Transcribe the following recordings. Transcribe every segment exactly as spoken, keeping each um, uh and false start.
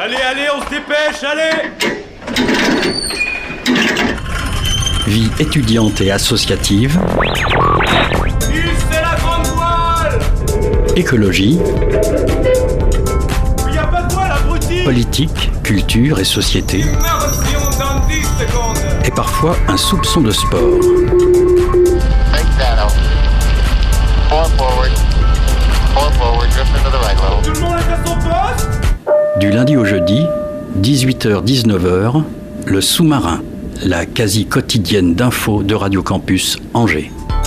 Allez, allez, on se dépêche, allez! Vie étudiante et associative. C'est la grande voile! Écologie. Il n'y a pas de voile, abruti! Politique, culture et société. Immersion dans dix secondes! Et parfois un soupçon de sport. Tout le monde est à son poste? Du lundi au jeudi, dix-huit heures dix-neuf heures, le sous-marin, la quasi quotidienne d'infos de Radio Campus Angers.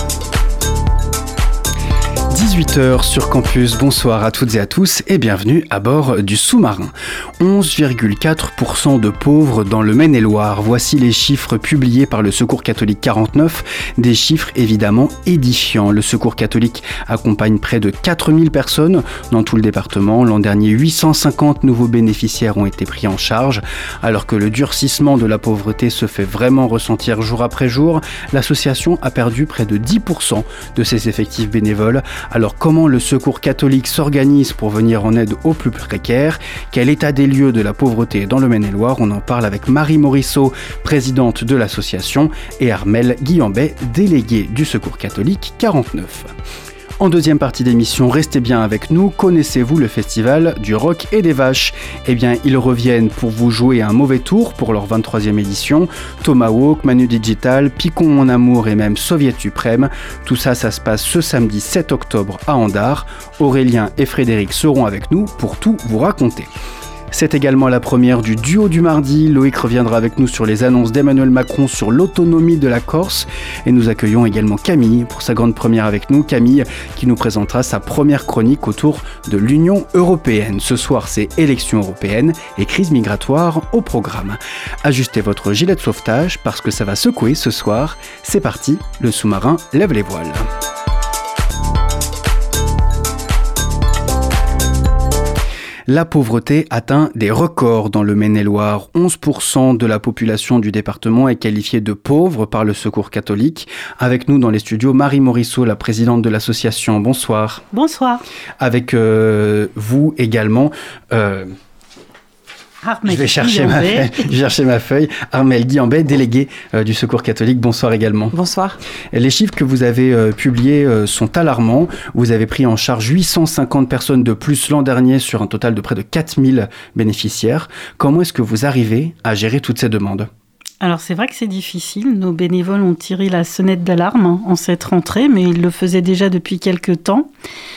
dix-huit heures sur Campus, bonsoir à toutes et à tous et bienvenue à bord du sous-marin. onze virgule quatre pour cent de pauvres dans le Maine-et-Loire. Voici les chiffres publiés par le Secours catholique quarante-neuf, des chiffres évidemment édifiants. Le Secours catholique accompagne près de quatre mille personnes dans tout le département. L'an dernier, huit cent cinquante nouveaux bénéficiaires ont été pris en charge. Alors que le durcissement de la pauvreté se fait vraiment ressentir jour après jour, l'association a perdu près de dix pour cent de ses effectifs bénévoles. Alors comment le Secours catholique s'organise pour venir en aide aux plus précaires? Quel état des lieux de la pauvreté dans le Maine-et-Loire? On en parle avec Marie Morisseau, présidente de l'association, et Armelle Guillambet, déléguée du Secours catholique quarante-neuf. En deuxième partie d'émission, restez bien avec nous. Connaissez-vous le festival du rock et des vaches? Eh bien, ils reviennent pour vous jouer un mauvais tour pour leur vingt-troisième édition. Tomahawk, Manu Digital, Picon Mon Amour et même Soviet Suprême. Tout ça, ça se passe ce samedi sept octobre à Andars. Aurélien et Frédéric seront avec nous pour tout vous raconter. C'est également la première du duo du mardi. Loïc reviendra avec nous sur les annonces d'Emmanuel Macron sur l'autonomie de la Corse. Et nous accueillons également Camille pour sa grande première avec nous. Camille qui nous présentera sa première chronique autour de l'Union européenne. Ce soir, c'est élections européennes et crise migratoire au programme. Ajustez votre gilet de sauvetage parce que ça va secouer ce soir. C'est parti, le sous-marin lève les voiles. La pauvreté atteint des records dans le Maine-et-Loire. onze pour cent de la population du département est qualifiée de pauvre par le Secours catholique. Avec nous dans les studios, Marie Morisseau, la présidente de l'association. Bonsoir. Bonsoir. Avec euh, vous également... Euh Armelle Je vais chercher ma, feuille, je vais chercher ma feuille. Armelle Guillambet, déléguée euh, du Secours catholique. Bonsoir également. Bonsoir. Les chiffres que vous avez euh, publiés euh, sont alarmants. Vous avez pris en charge huit cent cinquante personnes de plus l'an dernier sur un total de près de quatre mille bénéficiaires. Comment est-ce que vous arrivez à gérer toutes ces demandes ? Alors c'est vrai que c'est difficile. Nos bénévoles ont tiré la sonnette d'alarme en cette rentrée, mais ils le faisaient déjà depuis quelques temps.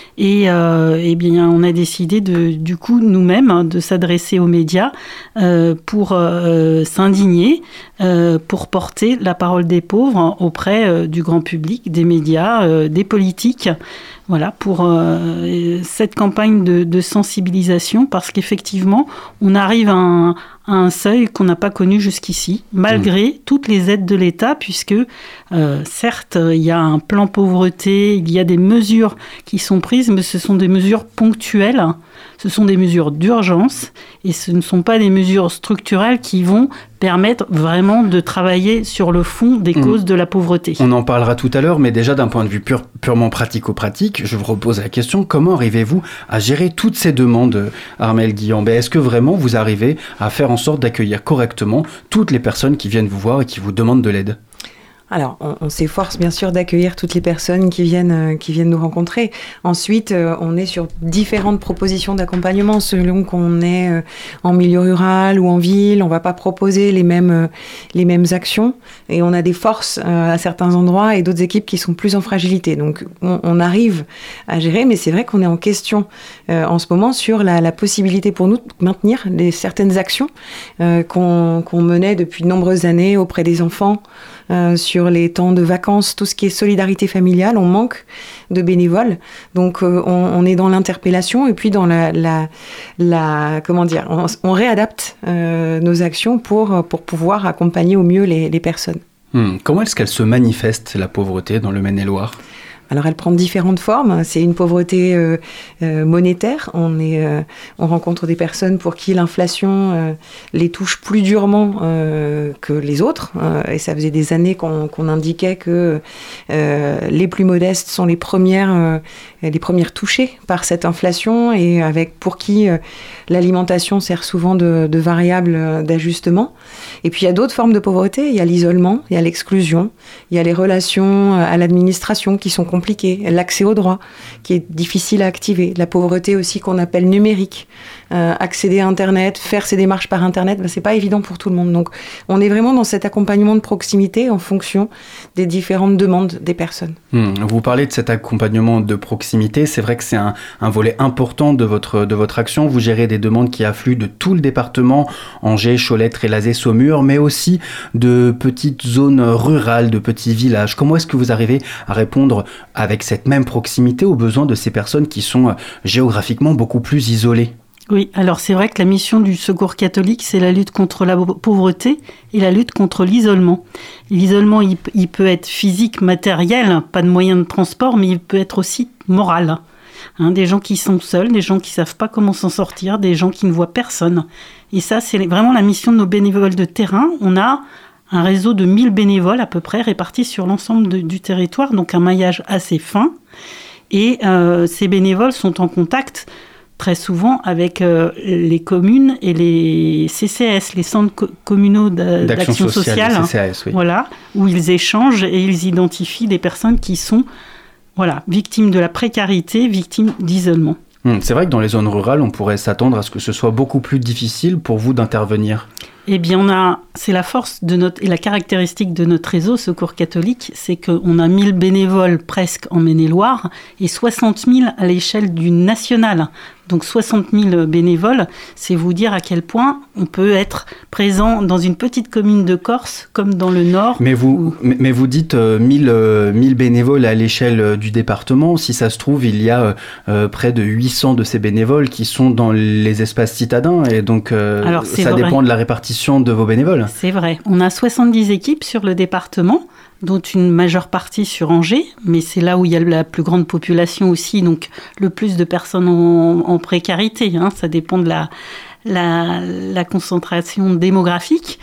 Et euh, eh bien, on a décidé de, du coup, nous-mêmes, hein, de s'adresser aux médias euh, pour euh, s'indigner, euh, pour porter la parole des pauvres auprès euh, du grand public, des médias, euh, des politiques. Voilà, pour euh, cette campagne de, de sensibilisation, parce qu'effectivement, on arrive à un, à un seuil qu'on n'a pas connu jusqu'ici, malgré mmh. toutes les aides de l'État, puisque euh, certes, il y a un plan pauvreté, il y a des mesures qui sont prises, mais ce sont des mesures ponctuelles, ce sont des mesures d'urgence, et ce ne sont pas des mesures structurelles qui vont permettre vraiment de travailler sur le fond des mmh. causes de la pauvreté. On en parlera tout à l'heure, mais déjà d'un point de vue pure, purement pratico-pratique, je vous repose la question, comment arrivez-vous à gérer toutes ces demandes, Armelle Guillambet? Est-ce que vraiment vous arrivez à faire en sorte d'accueillir correctement toutes les personnes qui viennent vous voir et qui vous demandent de l'aide? Alors, on, on s'efforce bien sûr d'accueillir toutes les personnes qui viennent, euh, qui viennent nous rencontrer. Ensuite, euh, on est sur différentes propositions d'accompagnement selon qu'on est euh, en milieu rural ou en ville. On ne va pas proposer les mêmes, euh, les mêmes actions. Et on a des forces euh, à certains endroits et d'autres équipes qui sont plus en fragilité. Donc, on, on arrive à gérer, mais c'est vrai qu'on est en question euh, en ce moment sur la, la possibilité pour nous de maintenir les, certaines actions euh, qu'on, qu'on menait depuis de nombreuses années auprès des enfants, Euh, sur les temps de vacances, tout ce qui est solidarité familiale, on manque de bénévoles. Donc euh, on, on est dans l'interpellation et puis dans la, la, la comment dire, on, on réadapte euh, nos actions pour, pour pouvoir accompagner au mieux les, les personnes. Hum, comment est-ce qu'elle se manifeste, la pauvreté, dans le Maine-et-Loire ? Alors elle prend différentes formes. C'est une pauvreté euh, euh, monétaire. On, est, euh, on rencontre des personnes pour qui l'inflation euh, les touche plus durement euh, que les autres. Euh, et ça faisait des années qu'on, qu'on indiquait que euh, les plus modestes sont les premières, euh, les premières touchées par cette inflation et avec pour qui euh, l'alimentation sert souvent de, de variable d'ajustement. Et puis il y a d'autres formes de pauvreté. Il y a l'isolement, il y a l'exclusion, il y a les relations à l'administration qui sont compliquées, l'accès au droit qui est difficile à activer, la pauvreté aussi qu'on appelle numérique. Euh, accéder à Internet, faire ses démarches par Internet, ben, c'est pas évident pour tout le monde. Donc on est vraiment dans cet accompagnement de proximité en fonction des différentes demandes des personnes. Mmh, vous parlez de cet accompagnement de proximité, c'est vrai que c'est un, un volet important de votre, de votre action. Vous gérez des demandes qui affluent de tout le département, Angers, Cholet, Trélazé, Saumur, mais aussi de petites zones rurales, de petits villages. Comment est-ce que vous arrivez à répondre avec cette même proximité aux besoins de ces personnes qui sont géographiquement beaucoup plus isolées ? Oui, alors c'est vrai que la mission du Secours catholique, c'est la lutte contre la pauvreté et la lutte contre l'isolement. L'isolement, il, il peut être physique, matériel, pas de moyens de transport, mais il peut être aussi moral. Hein, des gens qui sont seuls, des gens qui ne savent pas comment s'en sortir, des gens qui ne voient personne. Et ça, c'est vraiment la mission de nos bénévoles de terrain. On a un réseau de mille bénévoles à peu près répartis sur l'ensemble de, du territoire, donc un maillage assez fin. Et euh, ces bénévoles sont en contact très souvent avec euh, les communes et les C C S, les centres co- communaux d'a- d'action, d'action sociale, sociale C C S, oui. Voilà, où ils échangent et ils identifient des personnes qui sont voilà, victimes de la précarité, victimes d'isolement. Hum, c'est vrai que dans les zones rurales, on pourrait s'attendre à ce que ce soit beaucoup plus difficile pour vous d'intervenir. Eh bien, on a, c'est la force de notre, et la caractéristique de notre réseau Secours catholique, c'est qu'on a mille bénévoles presque en Maine-et-Loire et soixante mille à l'échelle du national. Donc soixante mille bénévoles, c'est vous dire à quel point on peut être présent dans une petite commune de Corse comme dans le Nord. Mais vous, où... mais, mais vous dites euh, mille, euh, mille bénévoles à l'échelle euh, du département. Si ça se trouve, il y a euh, près de huit cents de ces bénévoles qui sont dans les espaces citadins. Et donc, euh, Alors, ça vrai. dépend de la répartition de vos bénévoles. C'est vrai. On a soixante-dix équipes sur le département, dont une majeure partie sur Angers, mais c'est là où il y a la plus grande population aussi, donc le plus de personnes en, en précarité. Hein, ça dépend de la, la, la concentration démographique.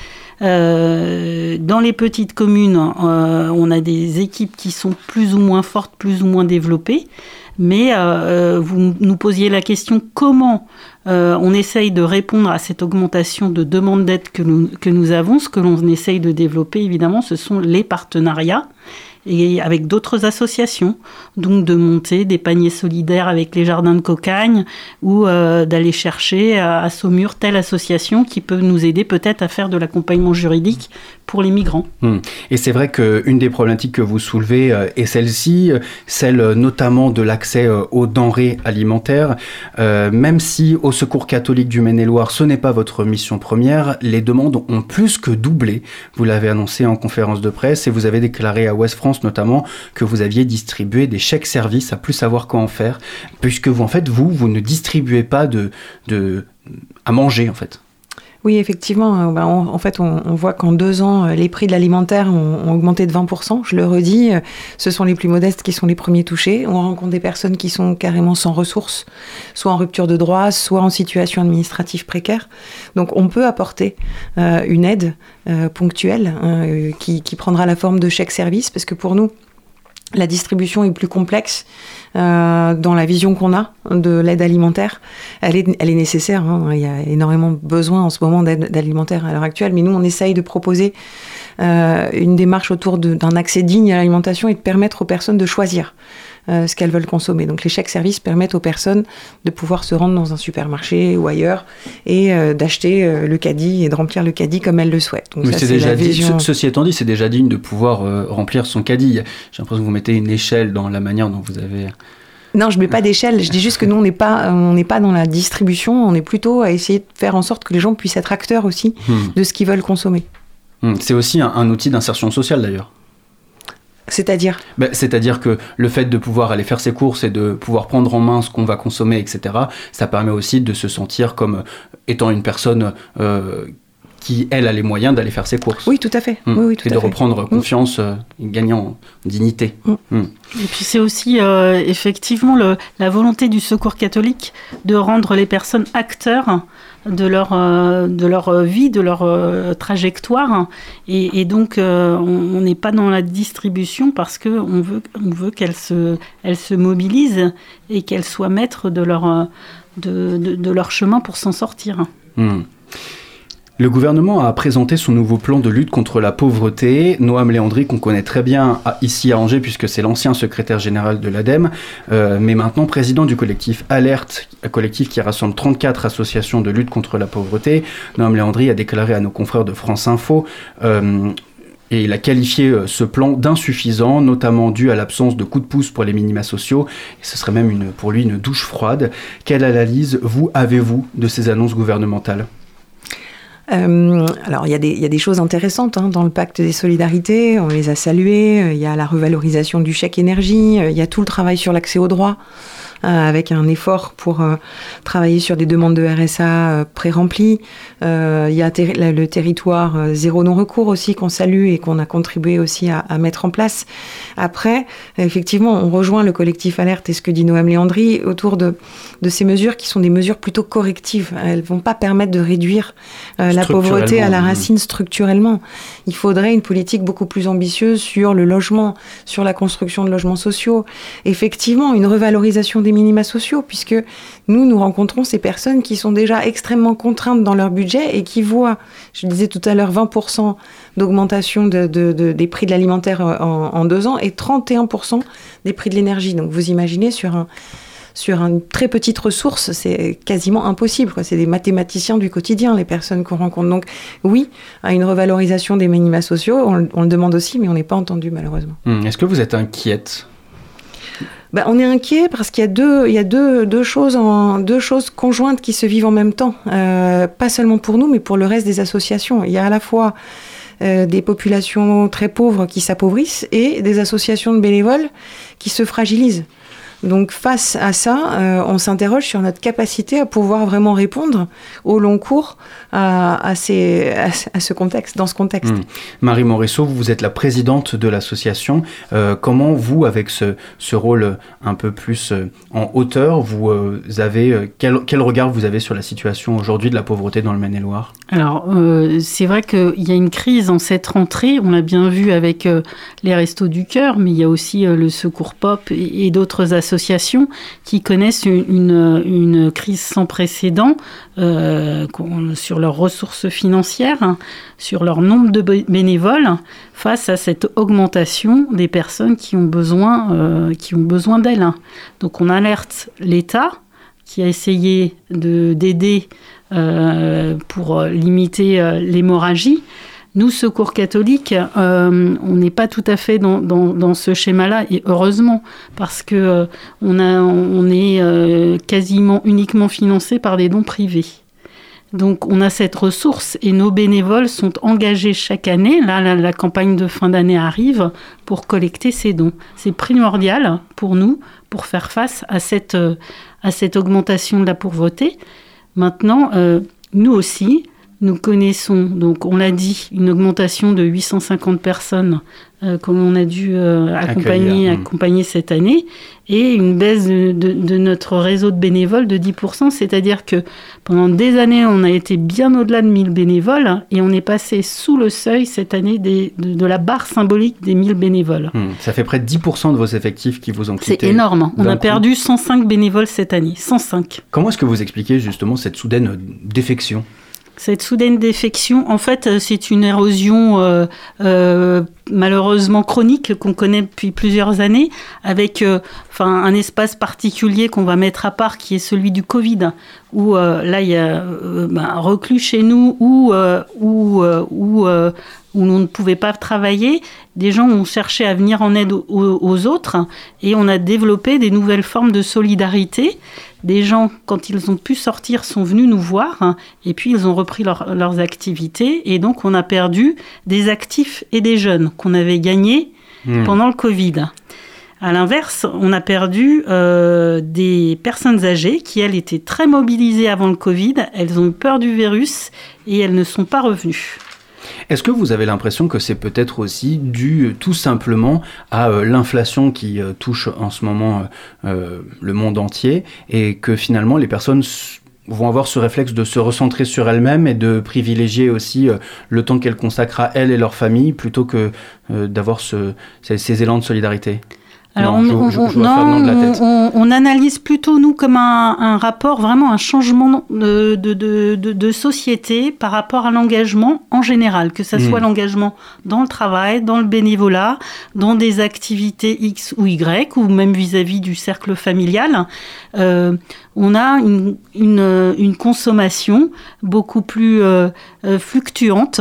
Euh, dans les petites communes, euh, on a des équipes qui sont plus ou moins fortes, plus ou moins développées. Mais euh, vous nous posiez la question comment euh, on essaye de répondre à cette augmentation de demande d'aide que nous, que nous avons. Ce que l'on essaye de développer, évidemment, ce sont les partenariats et avec d'autres associations, donc de monter des paniers solidaires avec les jardins de Cocagne ou euh, d'aller chercher à, à Saumur telle association qui peut nous aider peut-être à faire de l'accompagnement juridique pour les migrants. Mmh. Et c'est vrai qu'une des problématiques que vous soulevez euh, est celle-ci, celle notamment de l'accès euh, aux denrées alimentaires. Euh, même si au Secours catholique du Maine-et-Loire, ce n'est pas votre mission première, les demandes ont plus que doublé. Vous l'avez annoncé en conférence de presse et vous avez déclaré à Ouest France notamment que vous aviez distribué des chèques services à plus savoir quoi en faire, puisque vous, en fait, vous, vous ne distribuez pas de, de, à manger, en fait. Oui, effectivement. Ben, on, en fait, on, on voit qu'en deux ans, les prix de l'alimentaire ont, ont augmenté de vingt pour cent. Je le redis, ce sont les plus modestes qui sont les premiers touchés. On rencontre des personnes qui sont carrément sans ressources, soit en rupture de droit, soit en situation administrative précaire. Donc, on peut apporter euh, une aide euh, ponctuelle euh, qui, qui prendra la forme de chèque-service, parce que pour nous, la distribution est plus complexe euh, dans la vision qu'on a de l'aide alimentaire. Elle est, elle est nécessaire. Hein. Il y a énormément besoin en ce moment d'aide alimentaire à l'heure actuelle. Mais nous, on essaye de proposer euh, une démarche autour de, d'un accès digne à l'alimentation et de permettre aux personnes de choisir euh, ce qu'elles veulent consommer. Donc les chèques-services permettent aux personnes de pouvoir se rendre dans un supermarché ou ailleurs et euh, d'acheter euh, le caddie et de remplir le caddie comme elles le souhaitent. Donc Mais ça, c'est c'est déjà la dit, vision... ce, ceci étant dit, c'est déjà digne de pouvoir euh, remplir son caddie. J'ai l'impression que vous mettez une échelle dans la manière dont vous avez... Non, je ne mets pas d'échelle. Je dis juste que nous, on n'est pas, on n'est pas dans la distribution. On est plutôt à essayer de faire en sorte que les gens puissent être acteurs aussi hmm. de ce qu'ils veulent consommer. Hmm. C'est aussi un, un outil d'insertion sociale, d'ailleurs. C'est-à-dire ben, C'est-à-dire que le fait de pouvoir aller faire ses courses et de pouvoir prendre en main ce qu'on va consommer, et cetera, ça permet aussi de se sentir comme étant une personne... Euh, qui, elle, a les moyens d'aller faire ses courses. Oui, tout à fait. Mmh. Oui, oui, tout et à de fait. reprendre confiance euh, et gagner en dignité. Mmh. Mmh. Et puis c'est aussi euh, effectivement le, la volonté du Secours catholique de rendre les personnes acteurs de leur, euh, de leur vie, de leur euh, trajectoire. Et, et donc, euh, on n'est pas dans la distribution parce qu'on veut, on veut qu'elles se, elles se mobilisent et qu'elles soient maîtres de leur, de, de, de leur chemin pour s'en sortir. Mmh. Le gouvernement a présenté son nouveau plan de lutte contre la pauvreté. Noam Léandri, qu'on connaît très bien ici à Angers, puisque c'est l'ancien secrétaire général de l'ADEME, euh, mais maintenant président du collectif Alerte, un collectif qui rassemble trente-quatre associations de lutte contre la pauvreté. Noam Léandri a déclaré à nos confrères de France Info... Euh, Et il a qualifié ce plan d'insuffisant, notamment dû à l'absence de coups de pouce pour les minima sociaux. Et ce serait même une, pour lui une douche froide. Quelle analyse, vous, avez-vous de ces annonces gouvernementales ? Euh, alors, il y, y a des choses intéressantes hein, dans le pacte des solidarités, on les a saluées, il y a la revalorisation du chèque énergie, il y a tout le travail sur l'accès aux droits, euh, avec un effort pour euh, travailler sur des demandes de R S A euh, pré-remplies. Euh, il y a ter- le territoire euh, zéro non-recours aussi qu'on salue et qu'on a contribué aussi à, à mettre en place. Après, effectivement, on rejoint le collectif Alerte et ce que dit Noam Léandri autour de, de ces mesures qui sont des mesures plutôt correctives. Elles ne vont pas permettre de réduire euh, la pauvreté à la racine structurellement. Il faudrait une politique beaucoup plus ambitieuse sur le logement, sur la construction de logements sociaux. Effectivement, une revalorisation des minima sociaux, puisque nous, nous rencontrons ces personnes qui sont déjà extrêmement contraintes dans leur budget et qui voient, je disais tout à l'heure, vingt pour cent d'augmentation de, de, de, des prix de l'alimentaire en, en deux ans et trente et un pour cent des prix de l'énergie. Donc vous imaginez sur un Sur une très petite ressource, c'est quasiment impossible, quoi. C'est des mathématiciens du quotidien, les personnes qu'on rencontre. Donc oui, à une revalorisation des minima sociaux, on, on le demande aussi, mais on n'est pas entendu, malheureusement. Mmh. Est-ce que vous êtes inquiète ? Ben, on est inquiet parce qu'il y a deux, il y a deux, deux, choses en, deux choses conjointes qui se vivent en même temps. Euh, pas seulement pour nous, mais pour le reste des associations. Il y a à la fois euh, des populations très pauvres qui s'appauvrissent et des associations de bénévoles qui se fragilisent. Donc face à ça, euh, on s'interroge sur notre capacité à pouvoir vraiment répondre au long cours à, à, ces, à, à ce contexte, dans ce contexte. Mmh. Marie Morisseau, vous êtes la présidente de l'association. Euh, comment vous, avec ce, ce rôle un peu plus euh, en hauteur, vous euh, avez euh, quel, quel regard vous avez sur la situation aujourd'hui de la pauvreté dans le Maine-et-Loire ? Alors, euh, c'est vrai qu'il y a une crise en cette rentrée. On l'a bien vu avec euh, les Restos du Cœur, mais il y a aussi euh, le Secours Pop et, et d'autres associations qui connaissent une, une, une crise sans précédent euh, sur leurs ressources financières, hein, sur leur nombre de bénévoles, face à cette augmentation des personnes qui ont besoin, euh, qui ont besoin d'elles. Donc, on alerte l'État qui a essayé de, d'aider euh, pour limiter euh, l'hémorragie. Nous, Secours catholique, euh, on n'est pas tout à fait dans, dans, dans ce schéma-là, et heureusement, parce que euh, on, a, on est euh, quasiment uniquement financé par des dons privés. Donc, on a cette ressource et nos bénévoles sont engagés chaque année. Là, la, la campagne de fin d'année arrive pour collecter ces dons. C'est primordial pour nous pour faire face à cette, euh, à cette augmentation de la pauvreté. Maintenant, euh, nous aussi, nous connaissons, donc on l'a dit, une augmentation de huit cent cinquante personnes euh, que l'on a dû euh, accompagner, accompagner cette année, et une baisse de, de, de notre réseau de bénévoles de dix pour cent, c'est-à-dire que pendant des années, on a été bien au-delà de mille bénévoles, et on est passé sous le seuil cette année des, de, de la barre symbolique des mille bénévoles. Mmh, ça fait près de dix pour cent de vos effectifs qui vous ont quitté. C'est énorme, on a perdu cent cinq bénévoles cette année, cent cinq. Comment est-ce que vous expliquez justement cette soudaine défection ? Cette soudaine défection, en fait, c'est une érosion euh, euh, malheureusement chronique qu'on connaît depuis plusieurs années, avec euh, enfin, un espace particulier qu'on va mettre à part, qui est celui du Covid, où euh, là, il y a euh, ben, un reclus chez nous, où, euh, où, euh, où, euh, où l'on ne pouvait pas travailler. Des gens ont cherché à venir en aide aux, aux autres, et on a développé des nouvelles formes de solidarité. Des gens, quand ils ont pu sortir, sont venus nous voir, hein, et puis ils ont repris leur, leurs activités. Et donc, on a perdu des actifs et des jeunes qu'on avait gagnés mmh. pendant le Covid. À l'inverse, on a perdu euh, des personnes âgées qui, elles, étaient très mobilisées avant le Covid. Elles ont eu peur du virus et elles ne sont pas revenues. Est-ce que vous avez l'impression que c'est peut-être aussi dû tout simplement à euh, l'inflation qui euh, touche en ce moment euh, le monde entier et que finalement les personnes s- vont avoir ce réflexe de se recentrer sur elles-mêmes et de privilégier aussi euh, le temps qu'elles consacrent à elles et leur famille plutôt que euh, d'avoir ce, ces, ces élans de solidarité ? Alors, non, on, je, on, je, je vois non, Fernand de la tête. On, on analyse plutôt, nous, comme un, un rapport, vraiment un changement de, de, de, de, de société par rapport à l'engagement en général, que ce soit mmh. l'engagement dans le travail, dans le bénévolat, dans des activités X ou Y, ou même vis-à-vis du cercle familial. Euh, on a une, une, une consommation beaucoup plus euh, euh, fluctuante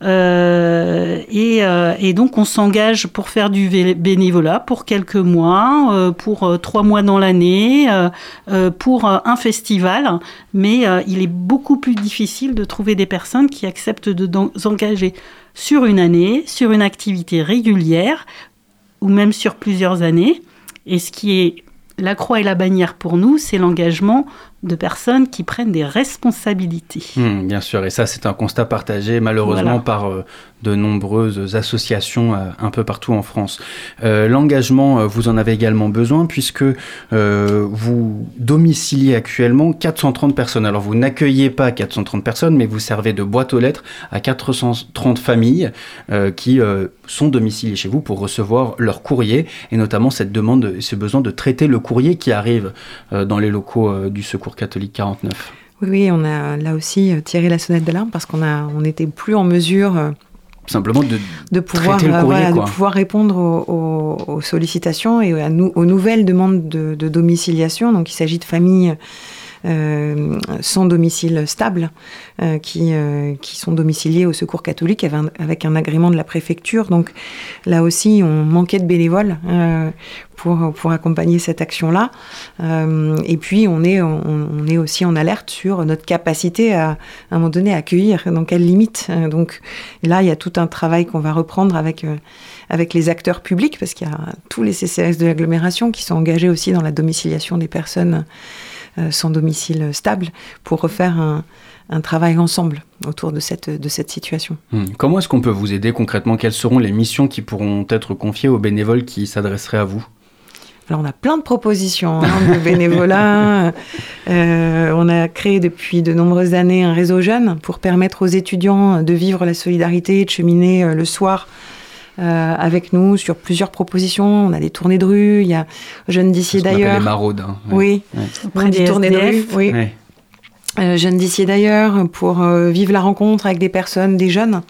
euh, et, euh, et donc on s'engage pour faire du bénévolat pour quelques mois, euh, pour euh, trois mois dans l'année, euh, euh, pour euh, un festival, mais euh, il est beaucoup plus difficile de trouver des personnes qui acceptent de s'engager sur une année, sur une activité régulière ou même sur plusieurs années. Et ce qui est la croix et la bannière pour nous, c'est l'engagement de personnes qui prennent des responsabilités. Mmh, bien sûr, et ça c'est un constat partagé malheureusement voilà. par euh, de nombreuses associations euh, un peu partout en France. Euh, l'engagement, euh, vous en avez également besoin puisque euh, vous domiciliez actuellement quatre cent trente personnes. Alors vous n'accueillez pas quatre cent trente personnes, mais vous servez de boîte aux lettres à quatre cent trente familles euh, qui euh, sont domiciliées chez vous pour recevoir leur courrier et notamment cette demande, ce besoin de traiter le courrier qui arrive euh, dans les locaux euh, du Secours catholique quarante-neuf. Oui, oui, on a là aussi tiré la sonnette d'alarme parce qu'on a, on n'était plus en mesure euh, simplement de, de pouvoir, traiter le courrier, voilà, quoi. de pouvoir répondre aux, aux, aux sollicitations et à nous, aux nouvelles demandes de, de domiciliation. Donc, il s'agit de familles Euh, sans domicile stable, euh, qui, euh, qui sont domiciliés au Secours catholique avec un, avec un agrément de la préfecture. Donc là aussi, on manquait de bénévoles euh, pour, pour accompagner cette action-là. Euh, et puis, on est, on, on est aussi en alerte sur notre capacité à, à un moment donné, à accueillir. Dans quelles limites ? Donc là, il y a tout un travail qu'on va reprendre avec... Euh, avec les acteurs publics, parce qu'il y a tous les C C S de l'agglomération qui sont engagés aussi dans la domiciliation des personnes euh, sans domicile stable, pour refaire un, un travail ensemble autour de cette, de cette situation. Mmh. Comment est-ce qu'on peut vous aider concrètement ? Quelles seront les missions qui pourront être confiées aux bénévoles qui s'adresseraient à vous ? Alors, on a plein de propositions hein, de bénévolat. Euh, on a créé depuis de nombreuses années un réseau jeune pour permettre aux étudiants de vivre la solidarité, de cheminer euh, le soir Euh, avec nous sur plusieurs propositions. On a des tournées de rue, il y a Jeunes d'ici et d'ailleurs. Les maraudes. Hein. Ouais. Oui, ouais. Auprès des tournées de rue. Oui. Ouais. Euh, Jeunes d'ici et d'ailleurs pour euh, vivre la rencontre avec des personnes, des jeunes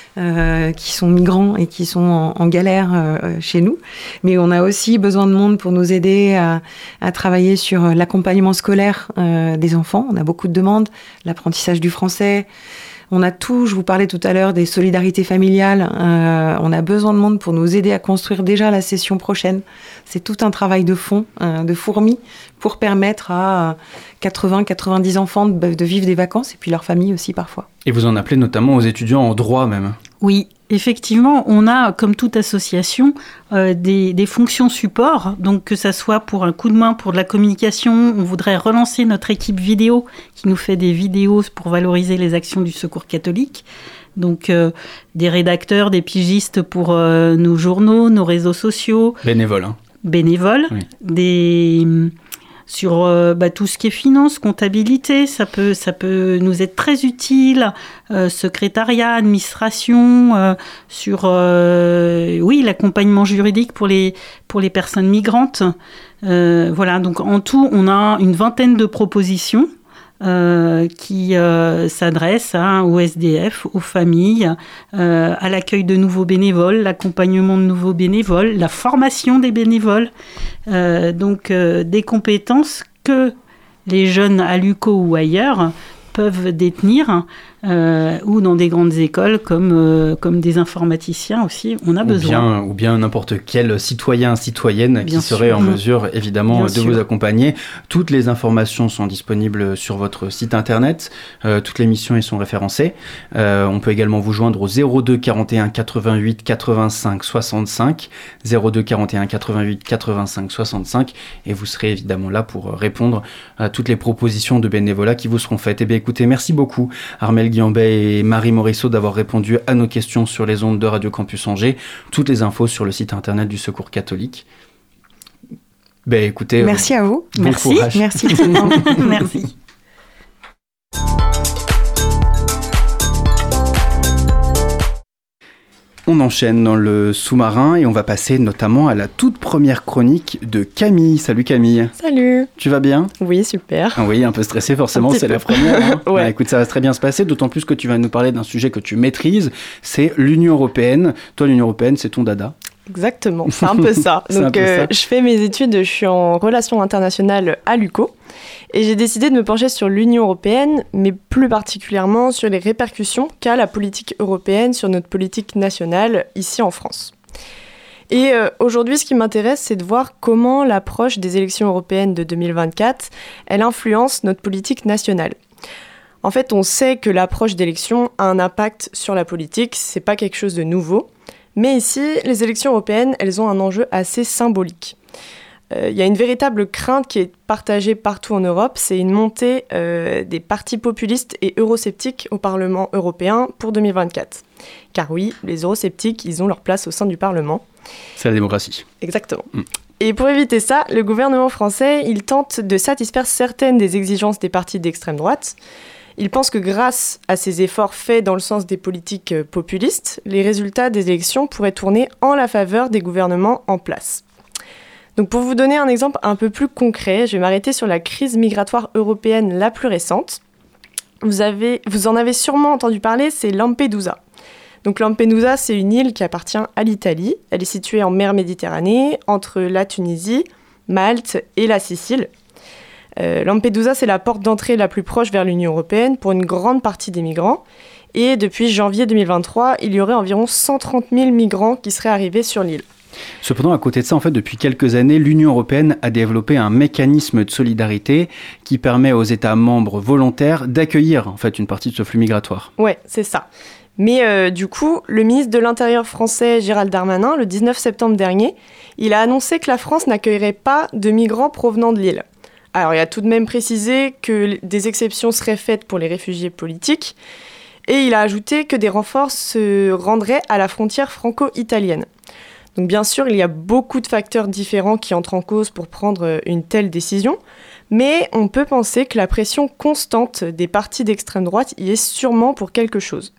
euh, qui sont migrants et qui sont en, en galère euh, chez nous. Mais on a aussi besoin de monde pour nous aider à, à travailler sur l'accompagnement scolaire euh, des enfants. On a beaucoup de demandes, l'apprentissage du français. On a tout, je vous parlais tout à l'heure des solidarités familiales. Euh, on a besoin de monde pour nous aider à construire déjà la session prochaine. C'est tout un travail de fond, euh, de fourmi, pour permettre à quatre-vingts à quatre-vingt-dix enfants de, de vivre des vacances, et puis leur famille aussi parfois. Et vous en appelez notamment aux étudiants en droit même. Oui, effectivement, on a, comme toute association, euh, des, des fonctions support. Donc, que ça soit pour un coup de main pour de la communication, on voudrait relancer notre équipe vidéo qui nous fait des vidéos pour valoriser les actions du Secours catholique. Donc, euh, des rédacteurs, des pigistes pour euh, nos journaux, nos réseaux sociaux. Bénévoles. Hein. Bénévoles. Oui. Des... Sur euh, bah, tout ce qui est finance, comptabilité, ça peut, ça peut nous être très utile. Euh, secrétariat, administration, euh, sur euh, oui, l'accompagnement juridique pour les, pour les personnes migrantes. Euh, voilà, donc en tout, on a une vingtaine de propositions euh, qui euh, s'adressent hein, aux S D F, aux familles, euh, à l'accueil de nouveaux bénévoles, l'accompagnement de nouveaux bénévoles, la formation des bénévoles. Euh, donc euh, des compétences que les jeunes à l'U C O ou ailleurs peuvent détenir, euh, ou dans des grandes écoles comme, euh, comme des informaticiens aussi, on a ou besoin. Bien, ou bien n'importe quel citoyen, citoyenne bien qui serait sûr. en mesure évidemment bien de sûr. vous accompagner. Toutes les informations sont disponibles sur votre site internet, euh, toutes les missions y sont référencées. Euh, on peut également vous joindre au zéro deux quarante et un quatre-vingt-huit quatre-vingt-cinq soixante-cinq, zéro deux quarante et un quatre-vingt-huit quatre-vingt-cinq soixante-cinq, et vous serez évidemment là pour répondre à toutes les propositions de bénévolat qui vous seront faites. Eh bien écoutez, merci beaucoup Armelle Guiambet et Marie Morisseau d'avoir répondu à nos questions sur les ondes de Radio Campus Angers. Toutes les infos sur le site internet du Secours catholique. Ben écoutez, merci euh, à vous. Bon merci. courage. Merci. Merci. On enchaîne dans le sous-marin et on va passer notamment à la toute première chronique de Camille. Salut Camille. Salut. Tu vas bien ? Oui, super. Ah oui, un peu stressé forcément, Un petit c'est peu. la première. Hein. Ouais. Bah, écoute, ça va très bien se passer, d'autant plus que tu vas nous parler d'un sujet que tu maîtrises, c'est l'Union européenne. Toi, l'Union européenne, c'est ton dada. Exactement, c'est un peu ça. C'est un Donc, peu euh, ça. je fais mes études, je suis en relations internationales à l'U Q O et j'ai décidé de me pencher sur l'Union européenne, mais plus particulièrement sur les répercussions qu'a la politique européenne sur notre politique nationale ici en France. Et euh, aujourd'hui, ce qui m'intéresse, c'est de voir comment l'approche des élections européennes de deux mille vingt-quatre, elle influence notre politique nationale. En fait, on sait que l'approche d'élections a un impact sur la politique, c'est pas quelque chose de nouveau. Mais ici, les élections européennes, elles ont un enjeu assez symbolique. Il euh, y a une véritable crainte qui est partagée partout en Europe, c'est une montée euh, des partis populistes et eurosceptiques au Parlement européen pour deux mille vingt-quatre. Car oui, les eurosceptiques, ils ont leur place au sein du Parlement. C'est la démocratie. Exactement. Mm. Et pour éviter ça, le gouvernement français, il tente de satisfaire certaines des exigences des partis d'extrême droite. Il pense que grâce à ces efforts faits dans le sens des politiques populistes, les résultats des élections pourraient tourner en la faveur des gouvernements en place. Donc pour vous donner un exemple un peu plus concret, je vais m'arrêter sur la crise migratoire européenne la plus récente. Vous, avez, vous en avez sûrement entendu parler, c'est Lampedusa. Donc Lampedusa, c'est une île qui appartient à l'Italie. Elle est située en mer Méditerranée, entre la Tunisie, Malte et la Sicile. Euh, Lampedusa, c'est la porte d'entrée la plus proche vers l'Union européenne pour une grande partie des migrants. Et depuis janvier deux mille vingt-trois, il y aurait environ cent trente mille migrants qui seraient arrivés sur l'île. Cependant, à côté de ça, en fait, depuis quelques années, l'Union européenne a développé un mécanisme de solidarité qui permet aux États membres volontaires d'accueillir en fait une partie de ce flux migratoire. Ouais, c'est ça. Mais euh, du coup, le ministre de l'Intérieur français, Gérald Darmanin, le dix-neuf septembre dernier, il a annoncé que la France n'accueillerait pas de migrants provenant de l'île. Alors, il a tout de même précisé que des exceptions seraient faites pour les réfugiés politiques, et il a ajouté que des renforts se rendraient à la frontière franco-italienne. Donc bien sûr, il y a beaucoup de facteurs différents qui entrent en cause pour prendre une telle décision, mais on peut penser que la pression constante des partis d'extrême droite y est sûrement pour quelque chose.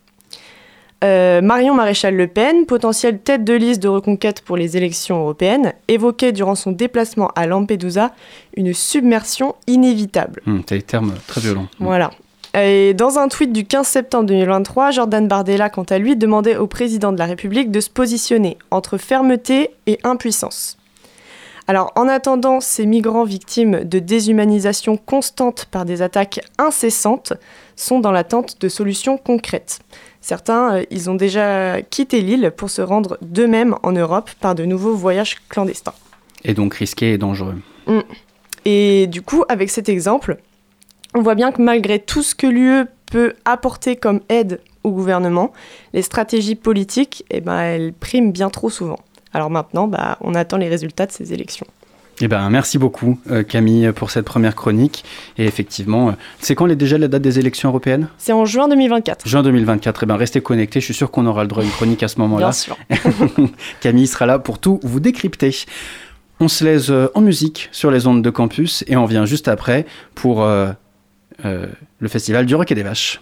Euh, Marion Maréchal-Le Pen, potentielle tête de liste de reconquête pour les élections européennes, évoquait durant son déplacement à Lampedusa une submersion inévitable. Mmh, c'est des termes très violents. Mmh. Voilà. Et dans un tweet du quinze septembre deux mille vingt-trois, Jordan Bardella, quant à lui, demandait au président de la République de se positionner entre fermeté et impuissance. Alors, en attendant, ces migrants victimes de déshumanisation constante par des attaques incessantes sont dans l'attente de solutions concrètes. Certains, euh, ils ont déjà quitté l'île pour se rendre d'eux-mêmes en Europe par de nouveaux voyages clandestins. Et donc risqués et dangereux. Mmh. Et du coup, avec cet exemple, on voit bien que malgré tout ce que l'U E peut apporter comme aide au gouvernement, les stratégies politiques, eh ben, elles priment bien trop souvent. Alors maintenant, bah, on attend les résultats de ces élections. Eh ben, merci beaucoup euh, Camille pour cette première chronique. Et effectivement, euh, c'est quand les, déjà la date des élections européennes ? C'est en juin deux mille vingt-quatre. Juin deux mille vingt-quatre. Eh ben, restez connectés, je suis sûr qu'on aura le droit à une chronique à ce moment-là. Bien sûr. Camille sera là pour tout vous décrypter. On se laisse euh, en musique sur les ondes de campus et on vient juste après pour euh, euh, le festival du Rock et des Vaches.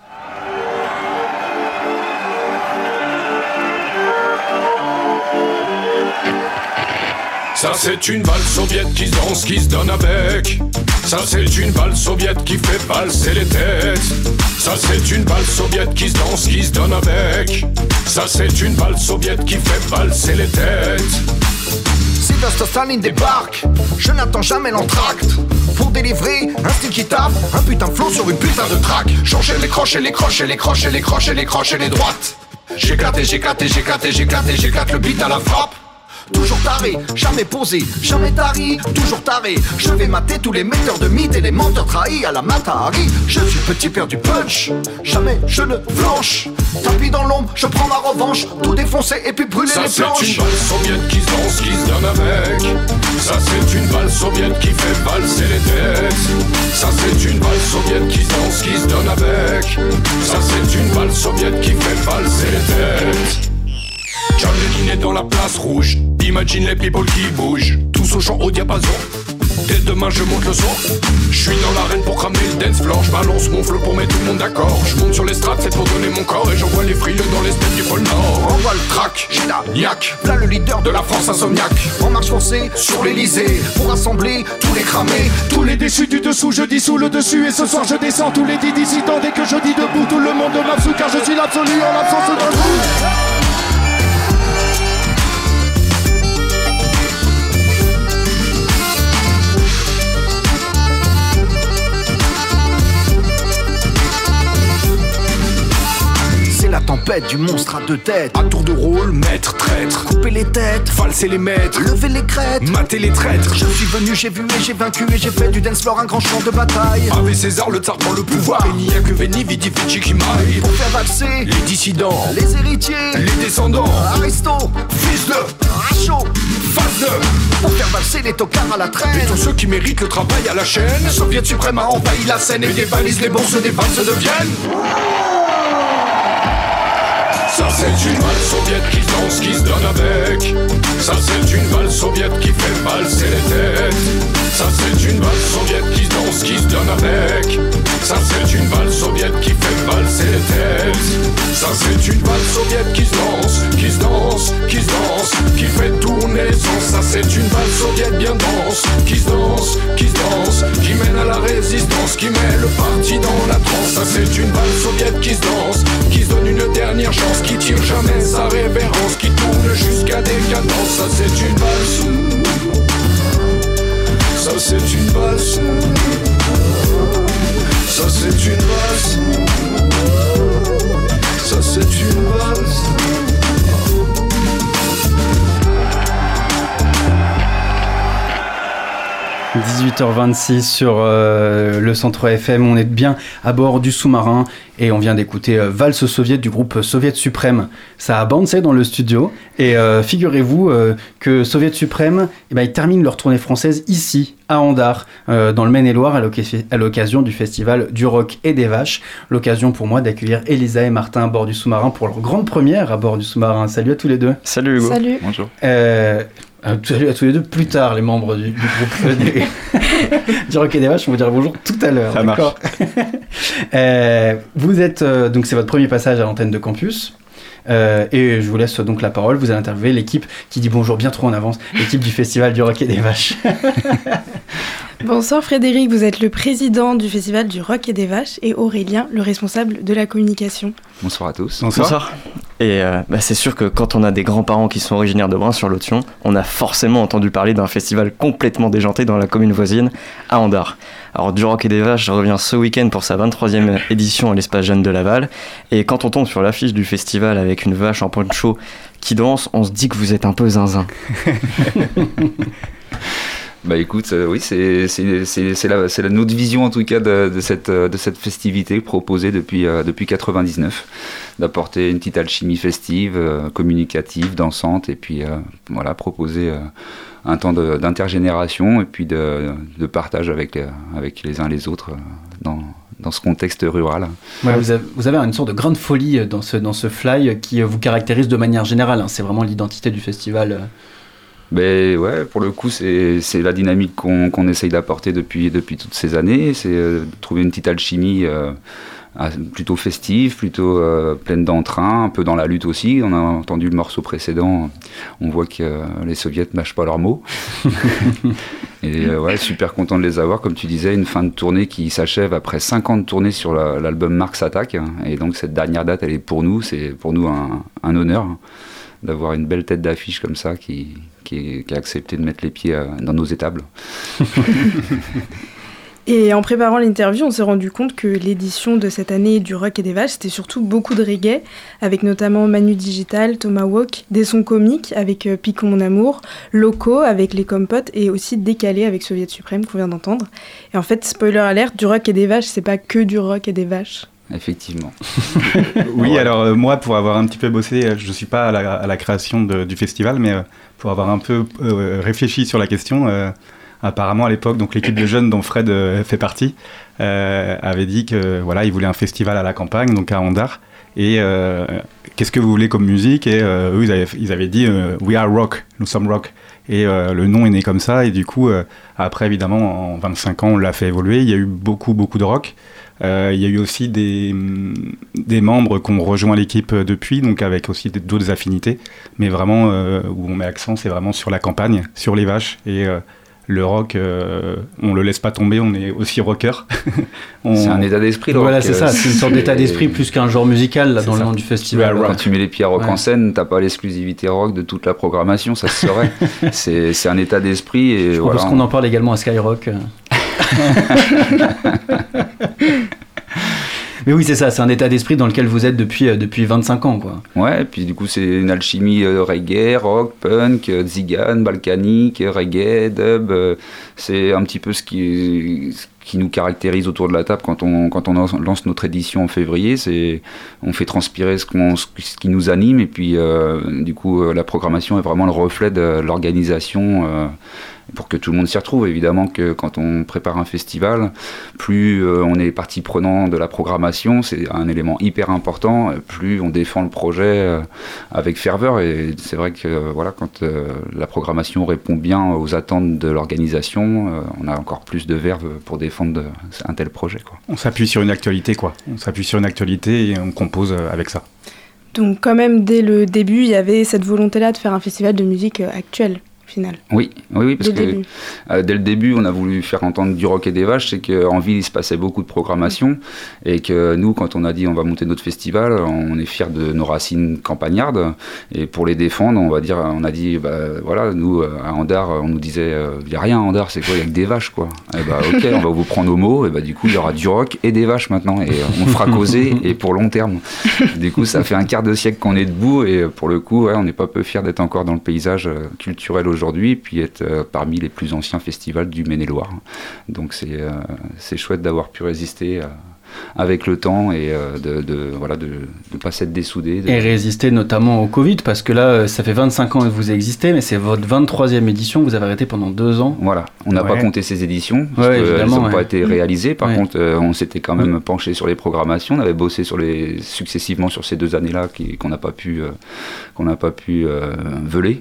Ça c'est une balle soviète qui danse, qui se donne avec. Ça c'est une balle soviète qui fait valser les têtes. Ça c'est une balle soviète qui se danse, qui se donne avec. Ça c'est une balle soviète qui fait valser les têtes. C'est Sylvester Stallone débarque. Je n'attends jamais l'entracte pour délivrer un style qui tape, un putain de flow sur une putain de track. Changer les crochets, les crochets, les crochets, les crochets, les crochets, les droites. J'éclate et j'éclate et j'éclate et j'éclate et j'éclate le beat à la frappe. Toujours taré, jamais posé, jamais tari, toujours taré. Je vais mater tous les metteurs de mythes et les menteurs trahis à la Matahari. Je suis petit père du punch, jamais je ne flanche. Tapis dans l'ombre, je prends ma revanche. Tout défoncer et puis brûler ça, les planches. Ça c'est une balle soviète qui se danse, qui se donne avec. Ça c'est une balle soviète qui fait valser les têtes. Ça c'est une balle soviète qui se danse, qui se donne avec. Ça c'est une balle soviète qui fait valser les têtes. John Lennon est dans la place rouge. Imagine les people qui bougent, tous au chant au diapason. Dès demain je monte le son. Je suis dans l'arène pour cramer le dance floor. Je balance mon flow pour mettre tout le monde d'accord. Je monte sur les strates, c'est pour donner mon corps. Et j'envoie les frileux dans les steppes du pôle Nord. Envoie le crack, j'ai la niaque. Là le leader de la France insomniaque. En marche forcée sur l'Elysée pour rassembler tous les cramés. Tous les déçus du dessous, je dissous le dessus. Et ce soir je descends tous les dix dissidents. Dès que je dis debout, tout le monde m'absout. Car je suis l'absolu en l'absence d'un trou. La tempête du monstre à deux têtes. À tour de rôle, maître, traître. Couper les têtes, valser les maîtres. Lever les crêtes, mater les traîtres. Je suis venu, j'ai vu et j'ai vaincu. Et j'ai fait du dance floor un grand champ de bataille. Avec César, le tsar prend le pouvoir. Et n'y a que Veni, Vidi, Vici qui maille. Pour faire valser les dissidents, les héritiers, les descendants. Aristo, fils de Rachaud, face de. Pour faire valser les tocards à la traîne. Et tous ceux qui méritent le travail à la chaîne. Le Soviet suprême a envahi la scène. Et dévalise les bourses des valses de Vienne. Ça c'est une balle soviète qui se danse, qui se donne avec. Ça c'est une balle soviète qui fait valser les têtes. Ça c'est une balle soviète qui se danse, qui se donne avec. Ça c'est une balle soviète qui fait valser les têtes. Ça c'est une balle soviète qui se danse, qui se danse, qui se danse, qui fait tourner les sens. Ça c'est une balle soviète bien dense, qui se danse, qui se danse, qui mène à la résistance, qui met le parti dans la transe. Ça c'est une balle soviète qui se danse, qui se donne une dernière chance, qui tire jamais sa révérence, qui tourne jusqu'à décadence. Ça c'est une balle. Ça c'est une balle. Ça c'est une balle. Ça c'est une balle. dix-huit heures vingt-six sur euh, le Centre F M, on est bien à bord du sous-marin et on vient d'écouter euh, Valse Soviet du groupe Soviet Suprême. Ça a bouncé dans le studio et euh, figurez-vous euh, que Soviet Suprême, eh ben, ils terminent leur tournée française ici, à Andar, euh, dans le Maine-et-Loire, à, l'oc- à l'occasion du festival du rock et des vaches. L'occasion pour moi d'accueillir Elisa et Martin à bord du sous-marin pour leur grande première à bord du sous-marin. Salut à tous les deux. Salut Hugo. Salut. Bonjour. Euh, Salut à tous les deux, plus tard, les membres du, du groupe du, du Rock et des Vaches, on vous dira bonjour tout à l'heure. Ça d'accord euh, Vous êtes, euh, donc c'est votre premier passage à l'antenne de Campus, euh, et je vous laisse donc la parole. Vous allez interviewer l'équipe qui dit bonjour bien trop en avance, l'équipe du Festival du Rock et des Vaches. Bonsoir Frédéric, vous êtes le président du Festival du Rock et des Vaches et Aurélien, le responsable de la communication. Bonsoir à tous. Bonsoir. Bonsoir. Et euh, bah c'est sûr que quand on a des grands-parents qui sont originaires de Brain-sur-Lotion, on a forcément entendu parler d'un festival complètement déjanté dans la commune voisine, à Andar. Alors du Rock et des Vaches revient ce week-end pour sa vingt-troisième édition à l'espace Jeanne de Laval. Et quand on tombe sur l'affiche du festival avec une vache en poncho qui danse, on se dit que vous êtes un peu zinzin. Bah écoute, euh, oui, c'est, c'est, c'est, c'est, la, c'est la, notre vision en tout cas de, de, cette, de cette festivité proposée depuis, euh, depuis quatre-vingt-dix-neuf, d'apporter une petite alchimie festive, euh, communicative, dansante, et puis euh, voilà, proposer euh, un temps de, d'intergénération et puis de, de partage avec, euh, avec les uns les autres euh, dans, dans ce contexte rural. Ouais, vous, avez, vous avez une sorte de grande folie dans ce, dans ce fly qui vous caractérise de manière générale, hein. C'est vraiment l'identité du festival. Ben ouais, pour le coup, c'est, c'est la dynamique qu'on, qu'on essaye d'apporter depuis, depuis toutes ces années. C'est euh, trouver une petite alchimie euh, plutôt festive, plutôt euh, pleine d'entrain, un peu dans la lutte aussi. On a entendu le morceau précédent, on voit que euh, les soviets ne mâchent pas leurs mots. Et euh, ouais, super content de les avoir. Comme tu disais, une fin de tournée qui s'achève après cinq ans de tournée sur la, l'album Marx Attack. Et donc cette dernière date, elle est pour nous, c'est pour nous un, un honneur d'avoir une belle tête d'affiche comme ça qui, qui, qui a accepté de mettre les pieds euh, dans nos étables. Et en préparant l'interview, on s'est rendu compte que l'édition de cette année du Rock et des Vaches, c'était surtout beaucoup de reggae, avec notamment Manu Digital, Tomahawk, des sons comiques avec euh, Pico Mon Amour, Loco avec Les Compotes et aussi Décalé avec Soviet Suprême qu'on vient d'entendre. Et en fait, spoiler alert, du Rock et des Vaches, c'est pas que du rock et des vaches. Effectivement. Oui, ouais. alors euh, moi, pour avoir un petit peu bossé, euh, je ne suis pas à la, à la création de, du festival, mais euh, pour avoir un peu euh, réfléchi sur la question, euh, apparemment à l'époque, donc l'équipe de jeunes dont Fred euh, fait partie euh, avait dit que voilà, ils voulaient un festival à la campagne, donc à Andar. Et euh, qu'est-ce que vous voulez comme musique ? Et euh, eux, ils avaient, ils avaient dit euh, We are rock, nous sommes rock. Et euh, le nom est né comme ça. Et du coup, euh, après, évidemment, en vingt-cinq ans, on l'a fait évoluer. Il y a eu beaucoup, beaucoup de rock. Euh, il y a eu aussi des, des membres qui ont rejoint l'équipe depuis, donc avec aussi d'autres affinités. Mais vraiment, euh, où on met accent, c'est vraiment sur la campagne, sur les vaches. Et euh, le rock, euh, on le laisse pas tomber, on est aussi rocker. on... C'est un état d'esprit, le voilà, rock. c'est ça, c'est une sorte d'état d'esprit plus qu'un genre musical là, dans ça. le nom du festival. Quand tu mets les pieds à rock ouais. en scène, t'as pas l'exclusivité rock de toute la programmation, ça se saurait. c'est, c'est un état d'esprit. Et Je voilà, propose on... qu'on en parle également à Skyrock. Mais oui, c'est ça, c'est un état d'esprit dans lequel vous êtes depuis, euh, depuis vingt-cinq ans, quoi. Ouais, et puis du coup, c'est une alchimie euh, reggae, rock, punk, euh, tzigan, balkanique, reggae, dub. Euh, c'est un petit peu ce qui, ce qui nous caractérise autour de la table quand on, quand on lance notre édition en février. C'est, on fait transpirer ce, qu'on, ce qui nous anime, et puis euh, du coup, euh, la programmation est vraiment le reflet de l'organisation. Euh, pour que tout le monde s'y retrouve. Évidemment que quand on prépare un festival, plus euh, on est partie prenante de la programmation, c'est un élément hyper important, plus on défend le projet euh, avec ferveur. Et c'est vrai que euh, voilà, quand euh, la programmation répond bien aux attentes de l'organisation, euh, on a encore plus de verve pour défendre de, un tel projet, quoi. On s'appuie sur une actualité, quoi. On s'appuie sur une actualité et on compose avec ça. Donc quand même, dès le début, il y avait cette volonté-là de faire un festival de musique actuelle. Final. Oui, oui, oui, parce dès que le euh, dès le début, on a voulu faire entendre du rock et des vaches, c'est qu'en ville, il se passait beaucoup de programmation, et que nous, quand on a dit on va monter notre festival, on est fiers de nos racines campagnardes, et pour les défendre, on va dire, on a dit, bah voilà, nous, à Andar, on nous disait, il n'y a rien à Andar, c'est quoi, il n'y a que des vaches, quoi. Et bah ok, on va vous prendre au mot, et bah du coup, il y aura du rock et des vaches maintenant, et on fera causer, et pour long terme. Du coup, ça fait un quart de siècle qu'on est debout, et pour le coup, ouais, on n'est pas peu fiers d'être encore dans le paysage culturel aujourd'hui. aujourd'hui, puis être euh, parmi les plus anciens festivals du Maine-et-Loire. Donc c'est, euh, c'est chouette d'avoir pu résister euh, avec le temps et euh, de, de, voilà, de ne pas s'être dessoudé. De... Et résister notamment au Covid, parce que là, ça fait vingt-cinq ans que vous existez, mais c'est votre vingt-troisième édition, vous avez arrêté pendant deux ans. Voilà, on n'a ouais. pas compté ces éditions, parce ouais, qu'elles n'ont ouais. pas été réalisées. Par ouais. contre, euh, on s'était quand même penché sur les programmations, on avait bossé sur les, successivement sur ces deux années-là qui, qu'on n'a pas pu, euh, qu'on n'a pas pu euh, veuler.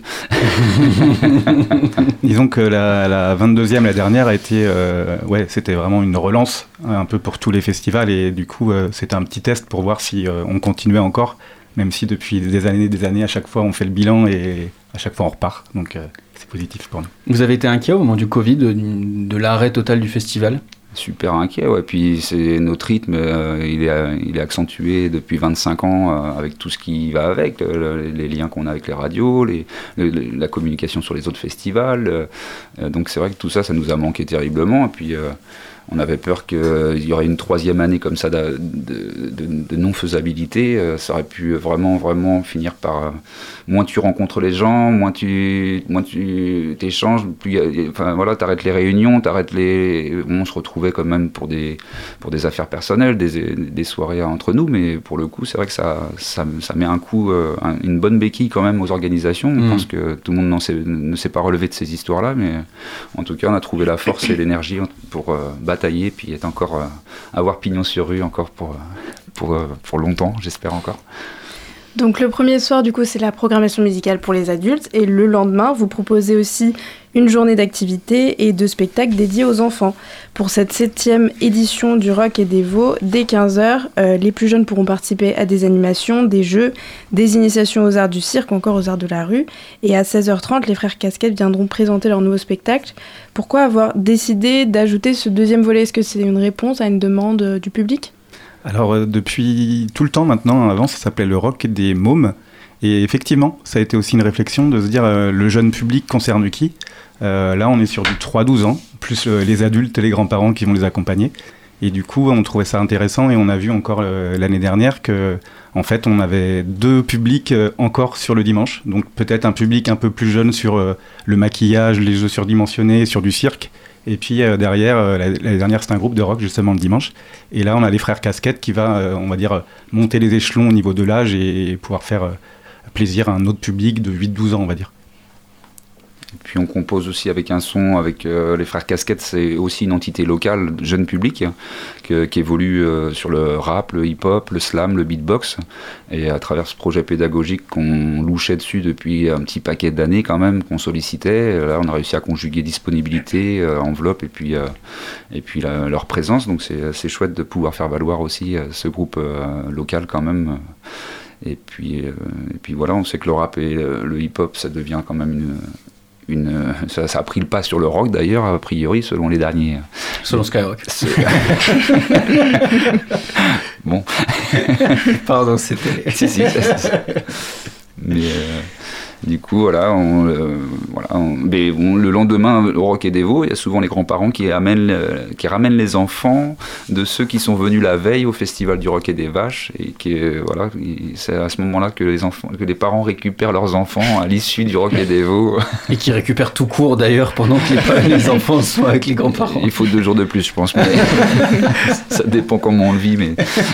Disons que la, la vingt-deuxième, la dernière, a été, euh, ouais, c'était vraiment une relance, un peu pour tous les festivals, et du coup, euh, c'était un petit test pour voir si euh, on continuait encore, même si depuis des années et des années, à chaque fois, on fait le bilan et à chaque fois, on repart. Donc, euh, c'est positif pour nous. Vous avez été inquiet au moment du Covid, de, de l'arrêt total du festival ? Super inquiet, ouais. Puis c'est notre rythme, euh, il, est, il est accentué depuis vingt-cinq ans euh, avec tout ce qui va avec, euh, les liens qu'on a avec les radios, les, le, la communication sur les autres festivals. Euh, donc c'est vrai que tout ça, ça nous a manqué terriblement. Et puis euh, on avait peur qu'il euh, y aurait une troisième année comme ça de, de, de, de non-faisabilité. Euh, ça aurait pu vraiment, vraiment finir par... Euh, moins tu rencontres les gens, moins tu, moins tu t'échanges, plus, enfin voilà, t'arrêtes les réunions, t'arrêtes les... On se retrouvait quand même pour des, pour des affaires personnelles, des, des soirées entre nous, mais pour le coup, c'est vrai que ça, ça, ça met un coup, euh, une bonne béquille quand même aux organisations. Mmh. Je pense que tout le monde n'en sait, ne s'est pas relevé de ces histoires-là, mais en tout cas, on a trouvé la force et l'énergie pour euh, batailler, puis être encore, euh, avoir pignon sur rue encore pour, pour, euh, pour longtemps, j'espère encore. Donc le premier soir, du coup, c'est la programmation musicale pour les adultes, et le lendemain, vous proposez aussi une journée d'activités et de spectacles dédiés aux enfants. Pour cette septième édition du Rock et des Veaux, dès quinze heures, euh, les plus jeunes pourront participer à des animations, des jeux, des initiations aux arts du cirque, encore aux arts de la rue, et à seize heures trente, les frères Casquettes viendront présenter leur nouveau spectacle. Pourquoi avoir décidé d'ajouter ce deuxième volet ? Est-ce que c'est une réponse à une demande euh, du public ? Alors, euh, depuis tout le temps maintenant, avant ça s'appelait le Rock des Mômes, Et effectivement, ça a été aussi une réflexion de se dire euh, le jeune public concerne qui ? euh, Là, on est sur du trois à douze ans, plus euh, les adultes et les grands-parents qui vont les accompagner. Et du coup, on trouvait ça intéressant et on a vu encore euh, l'année dernière que, en fait, on avait deux publics euh, encore sur le dimanche. Donc peut-être un public un peu plus jeune sur euh, le maquillage, les jeux surdimensionnés, sur du cirque. Et puis euh, derrière, euh, l'année dernière, c'était un groupe de rock justement le dimanche. Et là, on a les frères Casquettes qui va, euh, on va dire, monter les échelons au niveau de l'âge et, et pouvoir faire euh, plaisir à un autre public de huit à douze ans, on va dire. Et puis on compose aussi avec un son, avec euh, les frères Casquettes, c'est aussi une entité locale, jeune public, hein, que, qui évolue euh, sur le rap, le hip-hop, le slam, le beatbox. Et à travers ce projet pédagogique qu'on louchait dessus depuis un petit paquet d'années quand même, qu'on sollicitait, là on a réussi à conjuguer disponibilité, euh, enveloppe et puis, euh, et puis la, leur présence. Donc c'est, c'est chouette de pouvoir faire valoir aussi euh, ce groupe euh, local quand même. Et puis, euh, et puis voilà, on sait que le rap et euh, le hip-hop, ça devient quand même une... Une, ça, ça a pris le pas sur le rock d'ailleurs, a priori, selon les derniers. Selon Skyrock. Bon. Pardon, c'était. si, si, ça, ça. Mais euh, du coup, voilà, on, euh, voilà on, mais bon, le lendemain, au Rock et Dévo, il y a souvent les grands-parents qui, amènent, euh, qui ramènent les enfants de ceux qui sont venus la veille au festival du Rock et des Vaches. Et qui, euh, voilà, c'est à ce moment-là que les, enfants, que les parents récupèrent leurs enfants à l'issue du Rock et Dévo. Et qui récupèrent tout court d'ailleurs pendant que les, les enfants sont avec les grands-parents. Il faut deux jours de plus, je pense. Mais ça dépend comment on le vit. Mais...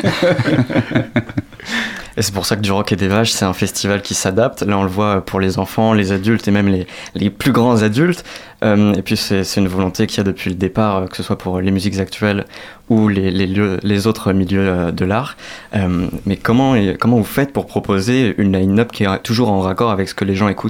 Et c'est pour ça que du Rock et des Vaches, c'est un festival qui s'adapte. Là, on le voit pour les enfants, les adultes et même les, les plus grands adultes. Euh, et puis, c'est, c'est une volonté qu'il y a depuis le départ, que ce soit pour les musiques actuelles ou les, les, lieux, les autres milieux de l'art. Euh, mais comment, comment vous faites pour proposer une line-up qui est toujours en raccord avec ce que les gens écoutent ?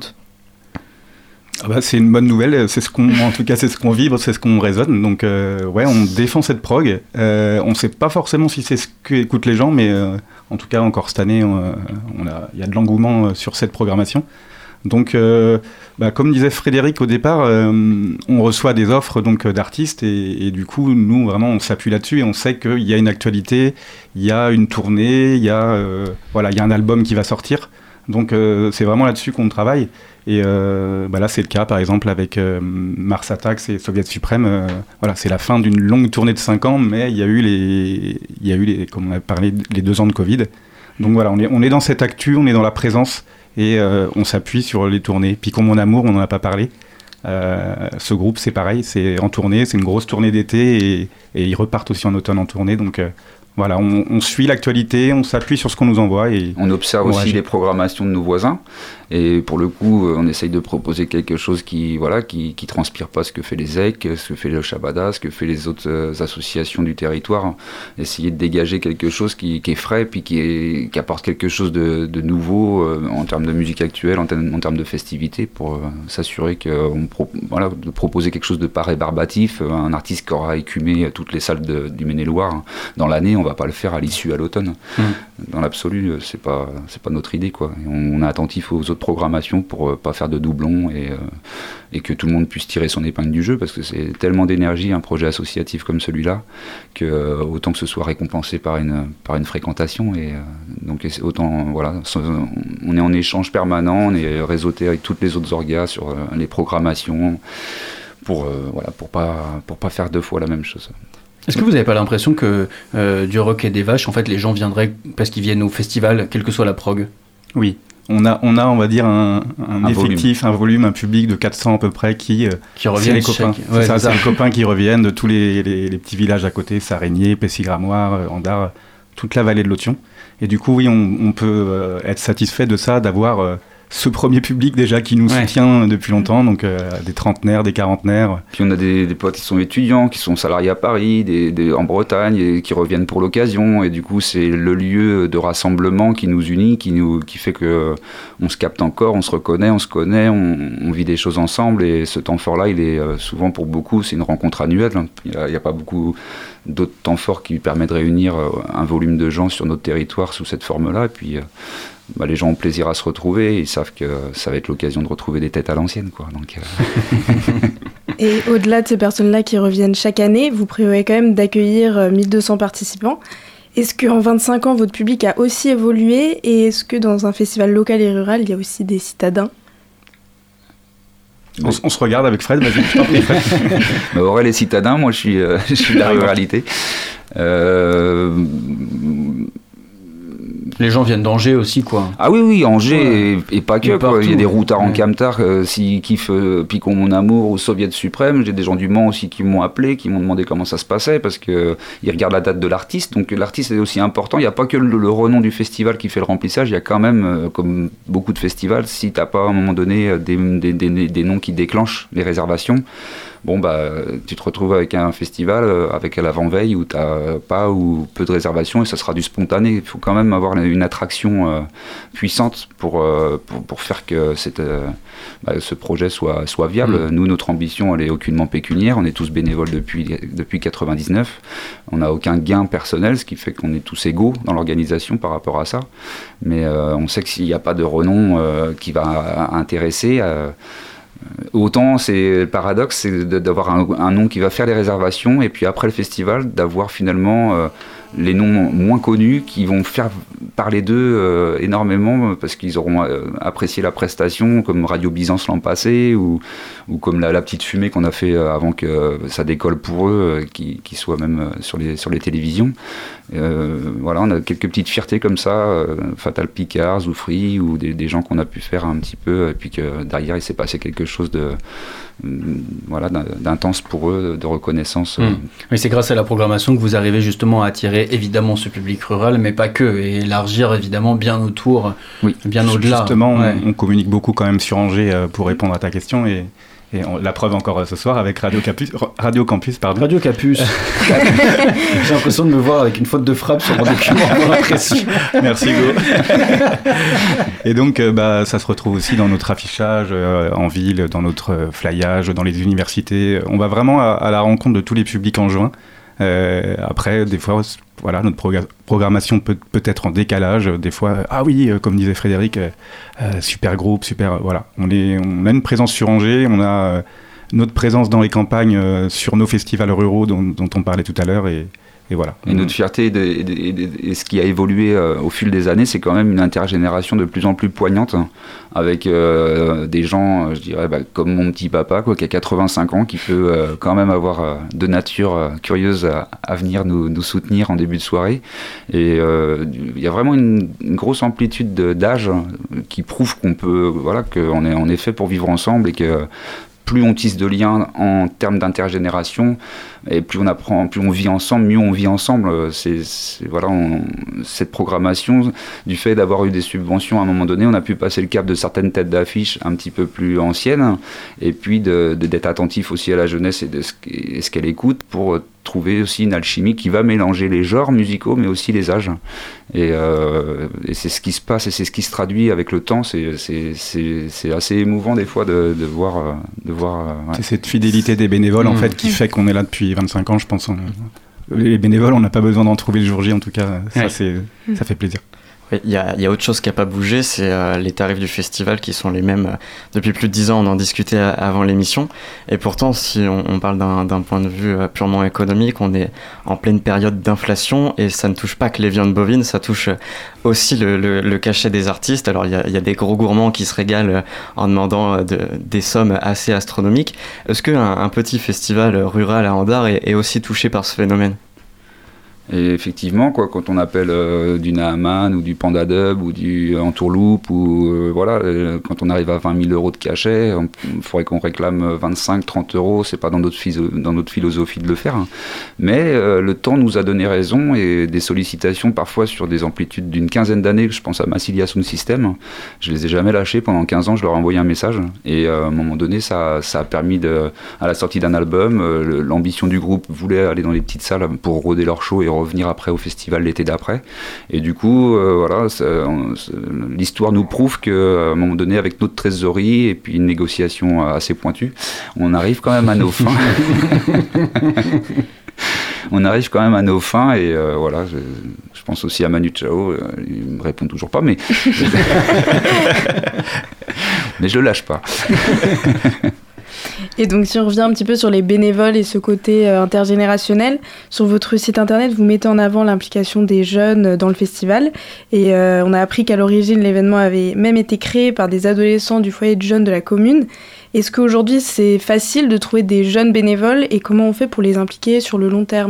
Ah bah, c'est une bonne nouvelle, c'est ce qu'on, en tout cas c'est ce qu'on vibre, c'est ce qu'on résonne, donc euh, ouais, on défend cette prog, euh, on sait pas forcément si c'est ce qu'écoutent les gens, mais euh, en tout cas encore cette année, on, on a, il y a de l'engouement sur cette programmation. Donc euh, bah, comme disait Frédéric au départ, euh, on reçoit des offres donc, d'artistes et, et du coup nous vraiment on s'appuie là-dessus et on sait qu'il y a une actualité, il y a une tournée, il y a, euh, voilà, il y a un album qui va sortir, donc euh, c'est vraiment là-dessus qu'on travaille. Et euh, bah là, c'est le cas, par exemple, avec euh, Mars Attacks et Soviet Suprême. Euh, voilà, c'est la fin d'une longue tournée de cinq ans, mais il y a eu les, il y a eu les, comme on a parlé, les deux ans de Covid. Donc voilà, on est, on est dans cette actu, on est dans la présence et euh, on s'appuie sur les tournées. Puis comme Mon Amour, on n'en a pas parlé. Euh, ce groupe, c'est pareil, c'est en tournée, c'est une grosse tournée d'été et, et ils repartent aussi en automne en tournée. Donc euh, voilà, on, on suit l'actualité, on s'appuie sur ce qu'on nous envoie. Et on observe on aussi réagit. Les programmations de nos voisins. Et pour le coup, on essaye de proposer quelque chose qui voilà, qui, qui transpire pas ce que fait les Z E C, ce que fait le Shabada, ce que fait les autres euh, associations du territoire. Essayer de dégager quelque chose qui, qui est frais, puis qui, est, qui apporte quelque chose de, de nouveau euh, en termes de musique actuelle, en, termes, en termes de festivité, pour euh, s'assurer qu'on pro, voilà, de proposer quelque chose de pas rébarbatif. Un artiste qui aura écumé toutes les salles de, du Maine-et-Loire dans l'année, on va pas le faire à l'issue à l'automne. Mmh. Dans l'absolu, c'est pas, c'est pas notre idée, quoi. Et on, on est attentif aux autres programmation pour euh, pas faire de doublons et, euh, et que tout le monde puisse tirer son épingle du jeu, parce que c'est tellement d'énergie un projet associatif comme celui-là que euh, autant que ce soit récompensé par une, par une fréquentation et euh, donc et autant voilà, on est en échange permanent, on est réseauté avec toutes les autres orgas sur euh, les programmations pour euh, voilà, pour pas pour pas faire deux fois la même chose. Est-ce que vous n'avez pas l'impression que euh, du Rock et des Vaches, en fait, les gens viendraient parce qu'ils viennent au festival, quelle que soit la prog ? Oui. On a, on a, on va dire, un, un, un effectif, volume. un volume, un public de quatre cents à peu près qui, euh, qui reviennent. Les copains. Chaque... Ouais, c'est ça, c'est c'est les copains qui reviennent de tous les, les, les petits villages à côté, Sarigné, Plessis-Gramoire, Andard, toute la vallée de l'Othion. Et du coup, oui, on, on peut euh, être satisfait de ça, d'avoir euh, ce premier public déjà qui nous ouais. soutient depuis longtemps, donc euh, des trentenaires, des quarantenaires. Puis on a des, des potes qui sont étudiants, qui sont salariés à Paris, des, des, en Bretagne, et qui reviennent pour l'occasion, et du coup c'est le lieu de rassemblement qui nous unit, qui, nous, qui fait que on se capte encore, on se reconnaît, on se connaît, on, on vit des choses ensemble, et ce temps fort-là, il est euh, souvent pour beaucoup, c'est une rencontre annuelle, hein. Il n'y a, a pas beaucoup d'autres temps forts qui permettent de réunir euh, un volume de gens sur notre territoire sous cette forme-là, et puis... Euh, Bah, les gens ont plaisir à se retrouver, ils savent que ça va être l'occasion de retrouver des têtes à l'ancienne, quoi. Donc, euh... Et au-delà de ces personnes-là qui reviennent chaque année, vous prévoyez quand même d'accueillir mille deux cents participants. Est-ce qu'en vingt-cinq ans, votre public a aussi évolué et est-ce que dans un festival local et rural, il y a aussi des citadins ? On, on se regarde avec Fred, vas-y, je t'en prie, Fred. Bah, Aurel est citadin, moi je suis, euh, je suis de la ruralité. Euh... Les gens viennent d'Angers aussi, quoi. Ah oui, oui, Angers, ouais. et, et pas que, quoi. Il y a des routards en camtar euh, s'ils kiffent euh, Picon mon amour ou Soviet suprême. J'ai des gens du Mans aussi qui m'ont appelé, qui m'ont demandé comment ça se passait, parce qu'ils euh, regardent la date de l'artiste. Donc l'artiste est aussi important. Il n'y a pas que le, le renom du festival qui fait le remplissage. Il y a quand même, euh, comme beaucoup de festivals, si tu n'as pas à un moment donné des, des, des, des noms qui déclenchent les réservations, bon bah tu te retrouves avec un festival euh, avec à l'avant-veille où tu n'as pas ou peu de réservations et ça sera du spontané. Il faut quand même avoir une attraction euh, puissante pour, euh, pour, pour faire que cette, euh, bah, ce projet soit, soit viable. Mmh. Nous, notre ambition, elle est aucunement pécuniaire. On est tous bénévoles depuis, depuis quatre-vingt-dix-neuf. On n'a aucun gain personnel, ce qui fait qu'on est tous égaux dans l'organisation par rapport à ça. Mais euh, on sait que s'il n'y a pas de renom euh, qui va intéresser... Euh, Autant, c'est le paradoxe, c'est d'avoir un, un nom qui va faire les réservations et puis après le festival, d'avoir finalement euh, les noms moins connus qui vont faire parler d'eux euh, énormément parce qu'ils auront euh, apprécié la prestation, comme Radio Byzance l'an passé ou, ou comme la, la petite fumée qu'on a fait avant que ça décolle pour eux, euh, qui, qui soit même euh, sur, les, sur les télévisions. Euh, voilà, on a quelques petites fiertés comme ça, euh, Fatal Picard, Zoufri ou des, des gens qu'on a pu faire un petit peu et puis que derrière il s'est passé quelque chose de euh, voilà, d'intense pour eux, de reconnaissance. Mmh. Mais c'est grâce à la programmation que vous arrivez justement à attirer évidemment ce public rural, mais pas que, et élargir évidemment bien autour, oui. bien au-delà. Justement, ouais. on, on communique beaucoup quand même sur Angers euh, pour répondre à ta question et Et on, la preuve encore ce soir avec Radio Campus. Radio Campus, pardon. Radio Campus. J'ai l'impression de me voir avec une faute de frappe sur mon document pour l'impression. Merci Hugo. Et donc, euh, bah, ça se retrouve aussi dans notre affichage euh, en ville, dans notre flyage, dans les universités. On va vraiment à, à la rencontre de tous les publics en juin. Euh, après, des fois, voilà, notre progr- programmation peut, peut être en décalage. Des fois, ah oui, euh, comme disait Frédéric, euh, euh, super groupe, super. Euh, voilà, on, est, on a une présence sur Angers, on a euh, notre présence dans les campagnes, euh, sur nos festivals ruraux dont, dont on parlait tout à l'heure. Et, Et voilà. Et notre fierté de, de, de, de, et ce qui a évolué euh, au fil des années, c'est quand même une intergénération de plus en plus poignante, hein, avec euh, des gens, je dirais, bah, comme mon petit papa, quoi, qui a quatre-vingt-cinq ans, qui peut euh, quand même avoir euh, de nature euh, curieuse à, à venir nous, nous soutenir en début de soirée. Et il euh, y a vraiment une, une grosse amplitude de, d'âge qui prouve qu'on peut, voilà, qu'on est, on est fait pour vivre ensemble et que plus on tisse de liens en termes d'intergénération, et plus on apprend, plus on vit ensemble, mieux on vit ensemble. C'est, c'est, voilà, on, cette programmation, du fait d'avoir eu des subventions à un moment donné, on a pu passer le cap de certaines têtes d'affiche un petit peu plus anciennes, et puis de, de, d'être attentif aussi à la jeunesse et de ce, et ce qu'elle écoute pour trouver aussi une alchimie qui va mélanger les genres musicaux, mais aussi les âges. Et, euh, et c'est ce qui se passe et c'est ce qui se traduit avec le temps. C'est, c'est, c'est, c'est assez émouvant des fois de, de voir... De voir ouais. C'est cette fidélité des bénévoles, mmh. en fait, qui fait qu'on est là depuis vingt-cinq ans, je pense. On, les bénévoles, on n'a pas besoin d'en trouver le jour J, en tout cas. Ça, ouais. c'est, mmh. ça fait plaisir. Il y, y a autre chose qui n'a pas bougé, c'est euh, les tarifs du festival qui sont les mêmes euh, depuis plus de dix ans. On en discutait à, avant l'émission. Et pourtant, si on, on parle d'un, d'un point de vue euh, purement économique, on est en pleine période d'inflation et ça ne touche pas que les viandes bovines, ça touche aussi le, le, le cachet des artistes. Alors, il y, y a des gros gourmands qui se régalent en demandant de, des sommes assez astronomiques. Est-ce qu'un un petit festival rural à Andar est, est aussi touché par ce phénomène ? Et effectivement, quoi, quand on appelle euh, du Naaman ou du Panda Dub ou du Entourloupe, ou euh, voilà, euh, quand on arrive à vingt mille euros de cachet, il faudrait qu'on réclame vingt-cinq trente euros, c'est pas dans notre, phys- dans notre philosophie de le faire. Hein. Mais euh, le temps nous a donné raison et des sollicitations parfois sur des amplitudes d'une quinzaine d'années, je pense à Massilia Sound System, je les ai jamais lâchés pendant quinze ans, je leur ai envoyé un message et euh, à un moment donné, ça, ça a permis, de, à la sortie d'un album, euh, l'ambition du groupe voulait aller dans les petites salles pour rôder leur show et revenir après au festival l'été d'après. Et du coup, euh, voilà, c'est, c'est, l'histoire nous prouve qu'à un moment donné, avec notre trésorerie et puis une négociation assez pointue, on arrive quand même à nos fins. On arrive quand même à nos fins et euh, voilà, je, je pense aussi à Manu Chao, euh, il me répond toujours pas, mais mais je le lâche pas. Et donc si on revient un petit peu sur les bénévoles et ce côté euh, intergénérationnel, sur votre site internet, vous mettez en avant l'implication des jeunes dans le festival. Et euh, on a appris qu'à l'origine, l'événement avait même été créé par des adolescents du foyer de jeunes de la commune. Est-ce qu'aujourd'hui, c'est facile de trouver des jeunes bénévoles et comment on fait pour les impliquer sur le long terme ?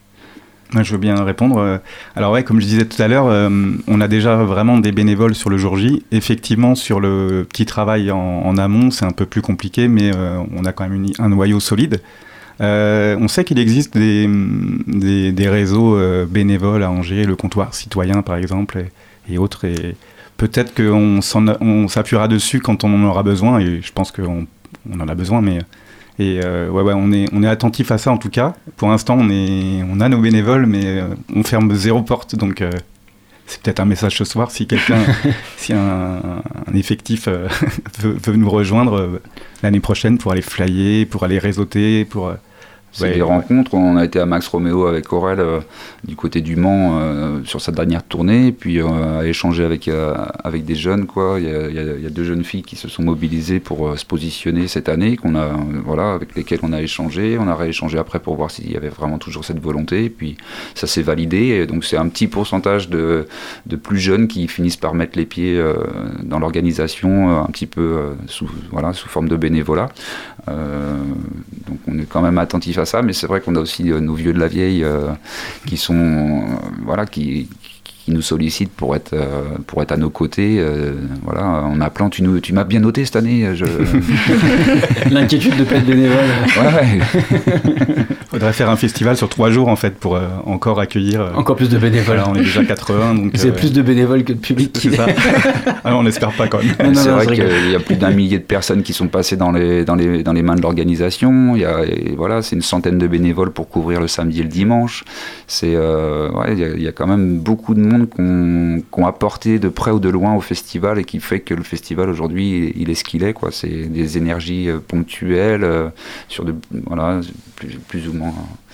Moi, je veux bien répondre. Alors ouais, comme je disais tout à l'heure, euh, on a déjà vraiment des bénévoles sur le jour J. Effectivement, sur le petit travail en, en amont, c'est un peu plus compliqué, mais euh, on a quand même une, un noyau solide. Euh, on sait qu'il existe des, des, des réseaux euh, bénévoles à Angers, le comptoir citoyen par exemple, et, et autres. Et peut-être qu'on s'en a, on s'appuiera dessus quand on en aura besoin, et je pense qu'on on en a besoin, mais... Et euh, ouais, ouais, on est, on est attentif à ça en tout cas. Pour l'instant, on, est, on a nos bénévoles, mais euh, on ferme zéro porte. Donc, euh, c'est peut-être un message ce soir. Si quelqu'un, si un, un effectif euh, veut, veut nous rejoindre euh, l'année prochaine pour aller flyer, pour aller réseauter, pour... Euh, C'est ouais, des ouais. rencontres. On a été à Max Roméo avec Aurel euh, du côté du Mans euh, sur sa dernière tournée, puis euh, à échanger avec, euh, avec des jeunes. Quoi. Il y a, il y a, il y a deux jeunes filles qui se sont mobilisées pour euh, se positionner cette année, qu'on a, euh, voilà, avec lesquelles on a échangé. On a rééchangé après pour voir s'il y avait vraiment toujours cette volonté. Et puis ça s'est validé. Et donc c'est un petit pourcentage de, de plus jeunes qui finissent par mettre les pieds euh, dans l'organisation, euh, un petit peu euh, sous, voilà, sous forme de bénévolat. Euh, donc on est quand même attentif à ça, mais c'est vrai qu'on a aussi euh, nos vieux de la vieille euh, qui sont euh, voilà qui, qui nous sollicitent pour être euh, pour être à nos côtés, euh, voilà, en appelant tu nous tu m'as bien noté cette année, je... L'inquiétude de pas être bénévole. Ouais, ouais. Faudrait faire un festival sur trois jours en fait pour euh, encore accueillir euh, encore plus de bénévoles. Voilà, on est déjà quatre-vingts, donc c'est euh, plus de bénévoles que de public. C'est ça. Alors on n'espère pas quand même. Non, non, c'est non, vrai je qu'il y a plus d'un millier de personnes qui sont passées dans les, dans les, dans les mains de l'organisation. Il y a, et voilà, c'est une centaine de bénévoles pour couvrir le samedi et le dimanche. C'est, euh, ouais, il y a, il y a quand même beaucoup de monde qu'on, qu'on apporté de près ou de loin au festival et qui fait que le festival aujourd'hui, il est ce qu'il est, quoi. C'est des énergies ponctuelles euh, sur de, voilà, plus, plus ou moins...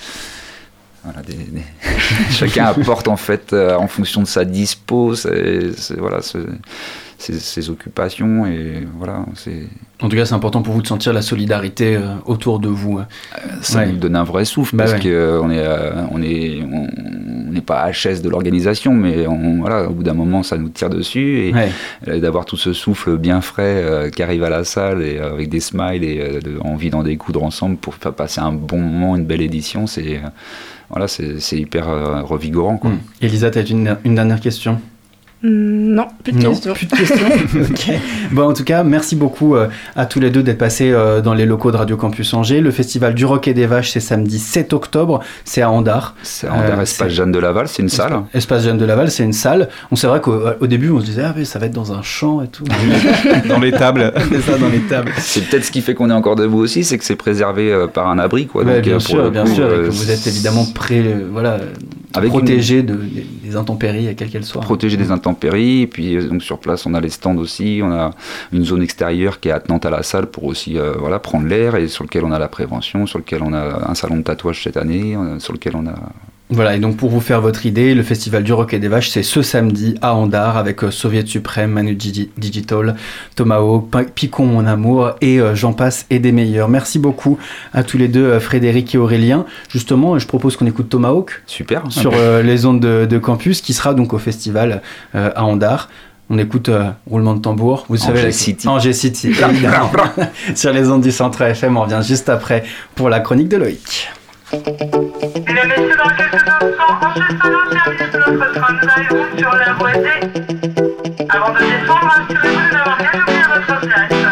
Voilà, des, des... chacun apporte en fait euh, en fonction de sa dispo, c'est, c'est, voilà, c'est, ses, ses occupations et voilà. C'est... En tout cas, c'est important pour vous de sentir la solidarité euh, autour de vous. Euh, ça ouais. nous donne un vrai souffle bah parce ouais. qu'on est, euh, on est, on n'est pas H S de l'organisation, mais on, voilà, au bout d'un moment, ça nous tire dessus et ouais. d'avoir tout ce souffle bien frais euh, qui arrive à la salle et euh, avec des smiles et euh, de, envie d'en découdre ensemble pour faire passer un bon moment, une belle édition, c'est euh, voilà, c'est, c'est hyper euh, revigorant, quoi. Mmh. Elisa, tu as une, une dernière question? Non, plus de non, questions. Plus de questions. Okay. Bon, en tout cas, merci beaucoup euh, à tous les deux d'être passés euh, dans les locaux de Radio Campus Angers. Le festival du Rock et des Vaches, c'est samedi sept octobre. C'est à Andar. C'est à Andar, euh, Espace c'est... Jeanne de Laval, c'est une Espace, salle. Espace Jeanne de Laval, c'est une salle. On c'est vrai qu'au au début, on se disait, ah, mais ça va être dans un champ et tout. Dans les tables. C'est ça, dans les tables. C'est peut-être ce qui fait qu'on est encore debout aussi, c'est que c'est préservé euh, par un abri, quoi. Ouais, Donc, bien euh, sûr, bien coup, sûr. Euh, et que vous êtes évidemment prêt, euh, voilà, avec protégé une... de, des, des intempéries, quelles qu'elles soient. Protégé des intempéries, et puis donc sur place on a les stands aussi, on a une zone extérieure qui est attenante à la salle pour aussi euh, voilà, prendre l'air et sur lequel on a la prévention, sur lequel on a un salon de tatouage cette année, euh, sur lequel on a... Voilà, et donc pour vous faire votre idée, le festival du Rock et des Vaches, c'est ce samedi à Andar avec euh, Soviet Suprême, Manu Digi- Digital, Tomahawk, Picon Mon Amour et euh, j'en passe et des meilleurs. Merci beaucoup à tous les deux, euh, Frédéric et Aurélien. Justement, je propose qu'on écoute Tomahawk. Super. Sur euh, les ondes de, de campus qui sera donc au festival euh, à Andar. On écoute euh, roulement de tambour. Vous savez, Angers la... City. Angers City, évidemment. Sur les ondes du Centre F M, on revient juste après pour la chronique de Loïc. Mesdames et messieurs, dans quelques instants, enregistrons le service de notre train. Nous arrivons sur la voie D. Avant de descendre, assurez-vous de n'avoir rien oublié à votre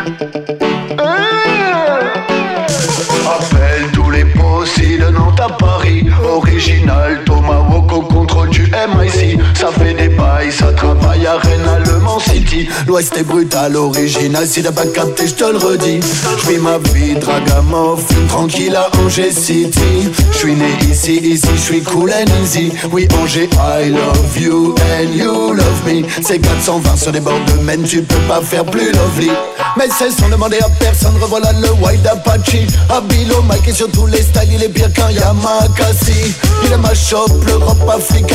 place. Appelle tous les possis de Nantes à Paris. Original, Tomahawk au contrôle du M I C. Ça fait des bails, ça travaille à Rennes, à Le Mans City. L'Ouest est brutal, original, si t'as pas capté, je te le redis. J'vis ma vie, dragamophile, tranquille à Angers City. J'suis né ici, ici, j'suis cool and easy. Oui, Angers, I love you and you love me. C'est quatre cent vingt sur les bords de Maine, tu peux pas faire plus lovely. Mais c'est sans demander à personne, revoilà le Wild Apache. Habilo, Mike et sur tous les styles, il est pire qu'un Yamakasi. Il est ma shop, l'Europe, Africa,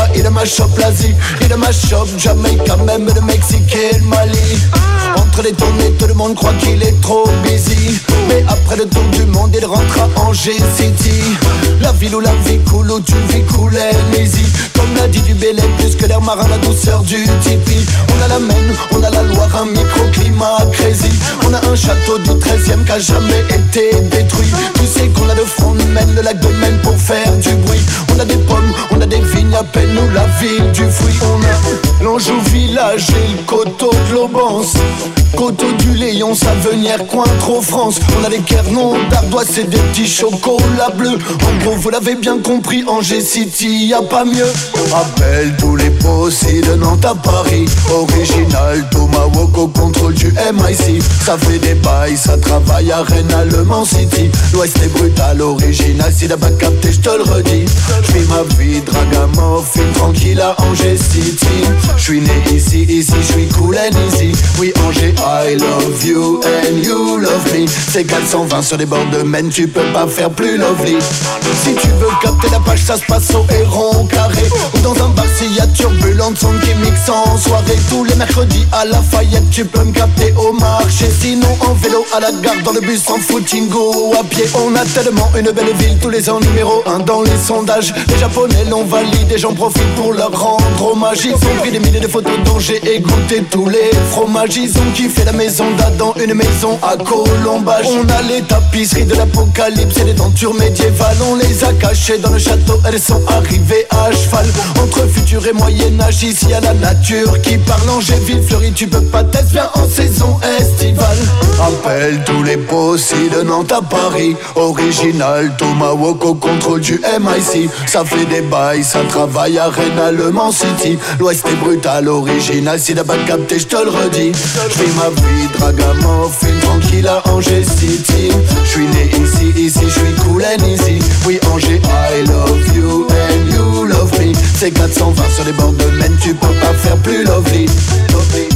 Africa, il mash up l'Asie, il mash up Jamaica, même le Mexique et le Mali. Entre les tournées, tout le monde croit qu'il est trop busy, mais après le tour du monde, il rentre à Angers City. La ville où la vie coule, où tu vis cool and easy. Comme l'a dit du Bélé, plus que l'air marin, la douceur du tipi. On a la Maine, on a la Loire, un microclimat crazy. On a un château du treizième qui a jamais été détruit. Tu sais qu'on a le front de Maine, le lac de Maine pour faire du bruit. On a des pommes, on a des vignes, à peine nous la ville du fruit. On a l'Anjou village et le coteau de l'Aubance, coteau du Léon, Savenière, coin trop France. On a les Quernons d'Ardoise, c'est des petits chocolats bleus. En gros, vous l'avez bien compris, Angers City, y a pas mieux. Appelle tous les bossy de Nantes à Paris. Original, Tomahawk au contrôle du M I C. Ça fait des bails, ça travaille à Rennes, à Le Mans City. L'Ouest est brutal, original, si t'as pas capté, je te le redis. J'vis ma vie, dragamophile, tranquille à Angers City. J'suis né ici, ici, j'suis cool and easy. Oui, Angers, I love you and you love me. C'est quatre cent vingt sur les bords de Maine, tu peux pas faire plus lovely. Si tu veux capter la page, ça se passe au Héron carré, ou dans un bar s'il y a turbulente, son qui mixe en soirée. Tous les mercredis à Lafayette, tu peux me capter au marché. Sinon en vélo à la gare, dans le bus, en footing ou à pied. On a tellement une belle ville, tous les ans numéro un dans les sondages. Les Japonais l'ont validé, j'en profite pour leur rendre hommage. Ils ont pris des milliers de photos d'Angers et goûté tous les fromages. Ils ont kiffé la maison d'Adam, une maison à colombage. On a les tapisseries de l'apocalypse et les tentures médiévales. On les a cachées dans le château, elles sont arrivées à cheval. Entre futur et moyen-âge, ici y'a la nature qui parle. Angers, ville fleurie, tu peux pas t'être, viens en saison estivale. Appelle tous les bossy de Nantes à Paris. Original, Tomahawk au contrôle du M I C. Ça fait des bails, ça travaille à Rennes, à Le Mans City. L'Ouest est brutal, original, si t'as pas capté, je te le redis. J'vis ma vie, dragamophile, tranquille à Angers City. J'suis né ici, ici, j'suis cool and easy. Oui, Angers, I love you and you love me. C'est quatre cent vingt sur les bords de Maine, tu peux pas faire plus lovely, lovely.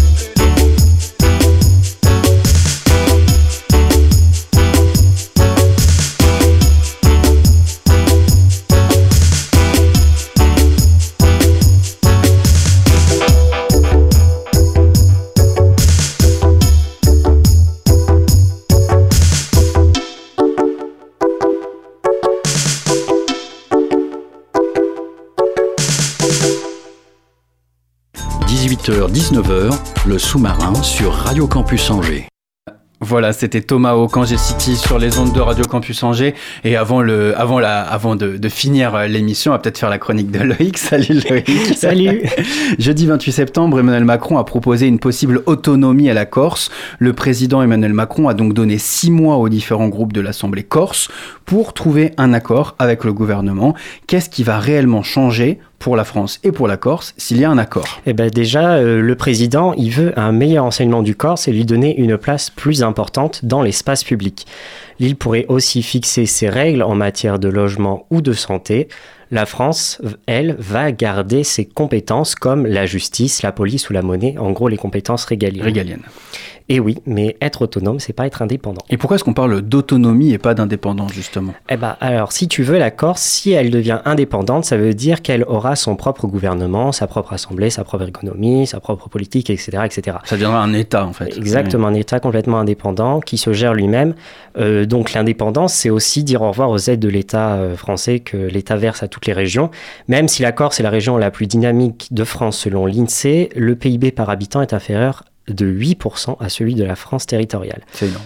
dix-huit heures dix-neuf heures, le sous-marin sur Radio Campus Angers. Voilà, c'était Tomahawk Angers City sur les ondes de Radio Campus Angers. Et avant, le, avant, la, avant de, de finir l'émission, on va peut-être faire la chronique de Loïc. Salut Loïc. Salut. Jeudi vingt-huit septembre, Emmanuel Macron a proposé une possible autonomie à la Corse. Le président Emmanuel Macron a donc donné six mois aux différents groupes de l'Assemblée corse pour trouver un accord avec le gouvernement. Qu'est-ce qui va réellement changer pour la France et pour la Corse s'il y a un accord? Eh ben déjà, euh, le président, il veut un meilleur enseignement du Corse et lui donner une place plus importante dans l'espace public. L'île pourrait aussi fixer ses règles en matière de logement ou de santé. La France, elle, va garder ses compétences comme la justice, la police ou la monnaie, en gros les compétences régaliennes. Régaliennes. Et oui, mais être autonome, c'est pas être indépendant. Et pourquoi est-ce qu'on parle d'autonomie et pas d'indépendance, justement? Eh ben, alors, si tu veux, la Corse, si elle devient indépendante, ça veut dire qu'elle aura son propre gouvernement, sa propre assemblée, sa propre économie, sa propre politique, et cetera, et cetera. Ça deviendra un État, en fait. Exactement, oui. Un État complètement indépendant qui se gère lui-même. Euh, donc, l'indépendance, c'est aussi dire au revoir aux aides de l'État euh, français que l'État verse à toutes les régions. Même si la Corse est la région la plus dynamique de France selon l'INSEE, le P I B par habitant est inférieur de huit pour cent à celui de la France territoriale. C'est énorme.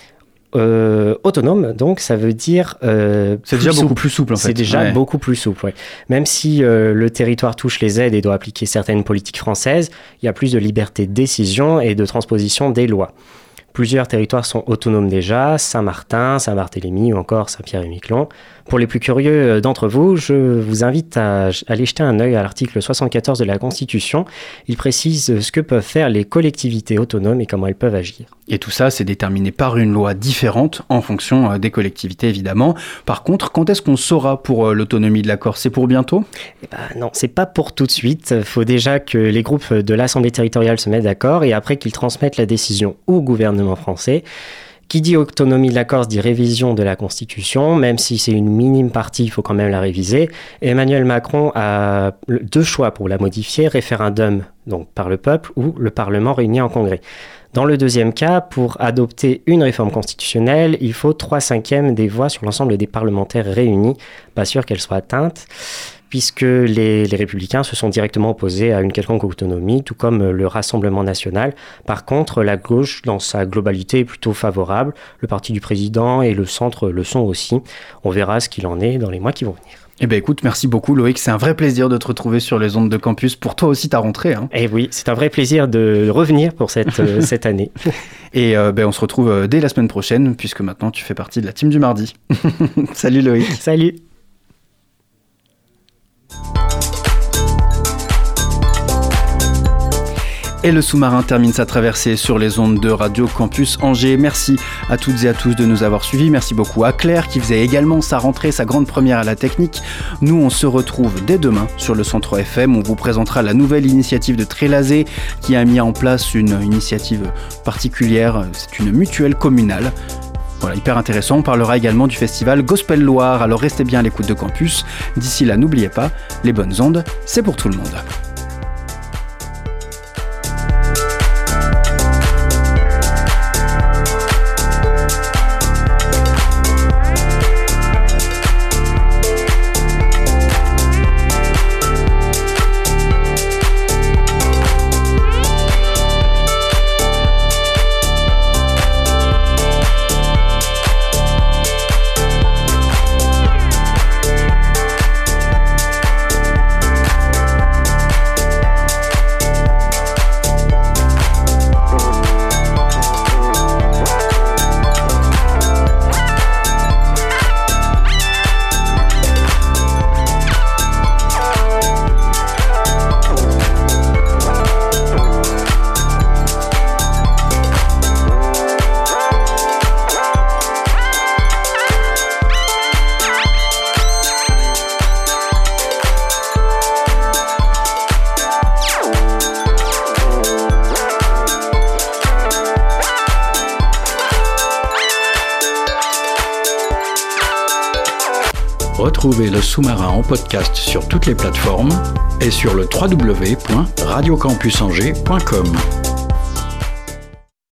Euh, autonome, donc, ça veut dire... Euh, c'est déjà beaucoup plus souple, en fait. C'est déjà ouais. beaucoup plus souple, ouais. Même si euh, le territoire touche les aides et doit appliquer certaines politiques françaises, il y a plus de liberté de décision et de transposition des lois. Plusieurs territoires sont autonomes déjà, Saint-Martin, Saint-Barthélemy ou encore Saint-Pierre-et-Miquelon. Pour les plus curieux d'entre vous, je vous invite à aller jeter un œil à l'article soixante-quatorze de la Constitution. Il précise ce que peuvent faire les collectivités autonomes et comment elles peuvent agir. Et tout ça, c'est déterminé par une loi différente en fonction des collectivités, évidemment. Par contre, quand est-ce qu'on saura pour l'autonomie de la Corse? C'est pour bientôt? Eh ben non, c'est pas pour tout de suite. Il faut déjà que les groupes de l'Assemblée territoriale se mettent d'accord et après qu'ils transmettent la décision au gouvernement français. Qui dit autonomie de la Corse dit révision de la Constitution, même si c'est une minime partie, il faut quand même la réviser. Emmanuel Macron a deux choix pour la modifier, référendum donc par le peuple ou le Parlement réuni en congrès. Dans le deuxième cas, pour adopter une réforme constitutionnelle, il faut trois cinquièmes des voix sur l'ensemble des parlementaires réunis. Pas sûr qu'elle soit atteinte, puisque les, les Républicains se sont directement opposés à une quelconque autonomie, tout comme le Rassemblement national. Par contre, la gauche, dans sa globalité, est plutôt favorable. Le parti du président et le centre le sont aussi. On verra ce qu'il en est dans les mois qui vont venir. Eh bien écoute, merci beaucoup Loïc, c'est un vrai plaisir de te retrouver sur les ondes de campus. Pour toi aussi ta rentrée. Hein. Eh oui, c'est un vrai plaisir de revenir pour cette, euh, cette année. Et euh, ben, on se retrouve euh, dès la semaine prochaine, puisque maintenant tu fais partie de la team du mardi. Salut Loïc. Salut. Et le sous-marin termine sa traversée sur les ondes de Radio Campus Angers. Merci à toutes et à tous de nous avoir suivis. Merci beaucoup à Claire qui faisait également sa rentrée, sa grande première à la technique. Nous, on se retrouve dès demain sur le cent trois F M. On vous présentera la nouvelle initiative de Trélazé qui a mis en place une initiative particulière. C'est une mutuelle communale. Voilà, hyper intéressant. On parlera également du festival Gospel Loire. Alors restez bien à l'écoute de Campus. D'ici là, n'oubliez pas, les bonnes ondes, c'est pour tout le monde. Retrouvez le sous-marin en podcast sur toutes les plateformes et sur le w w w point radio campus angers point com.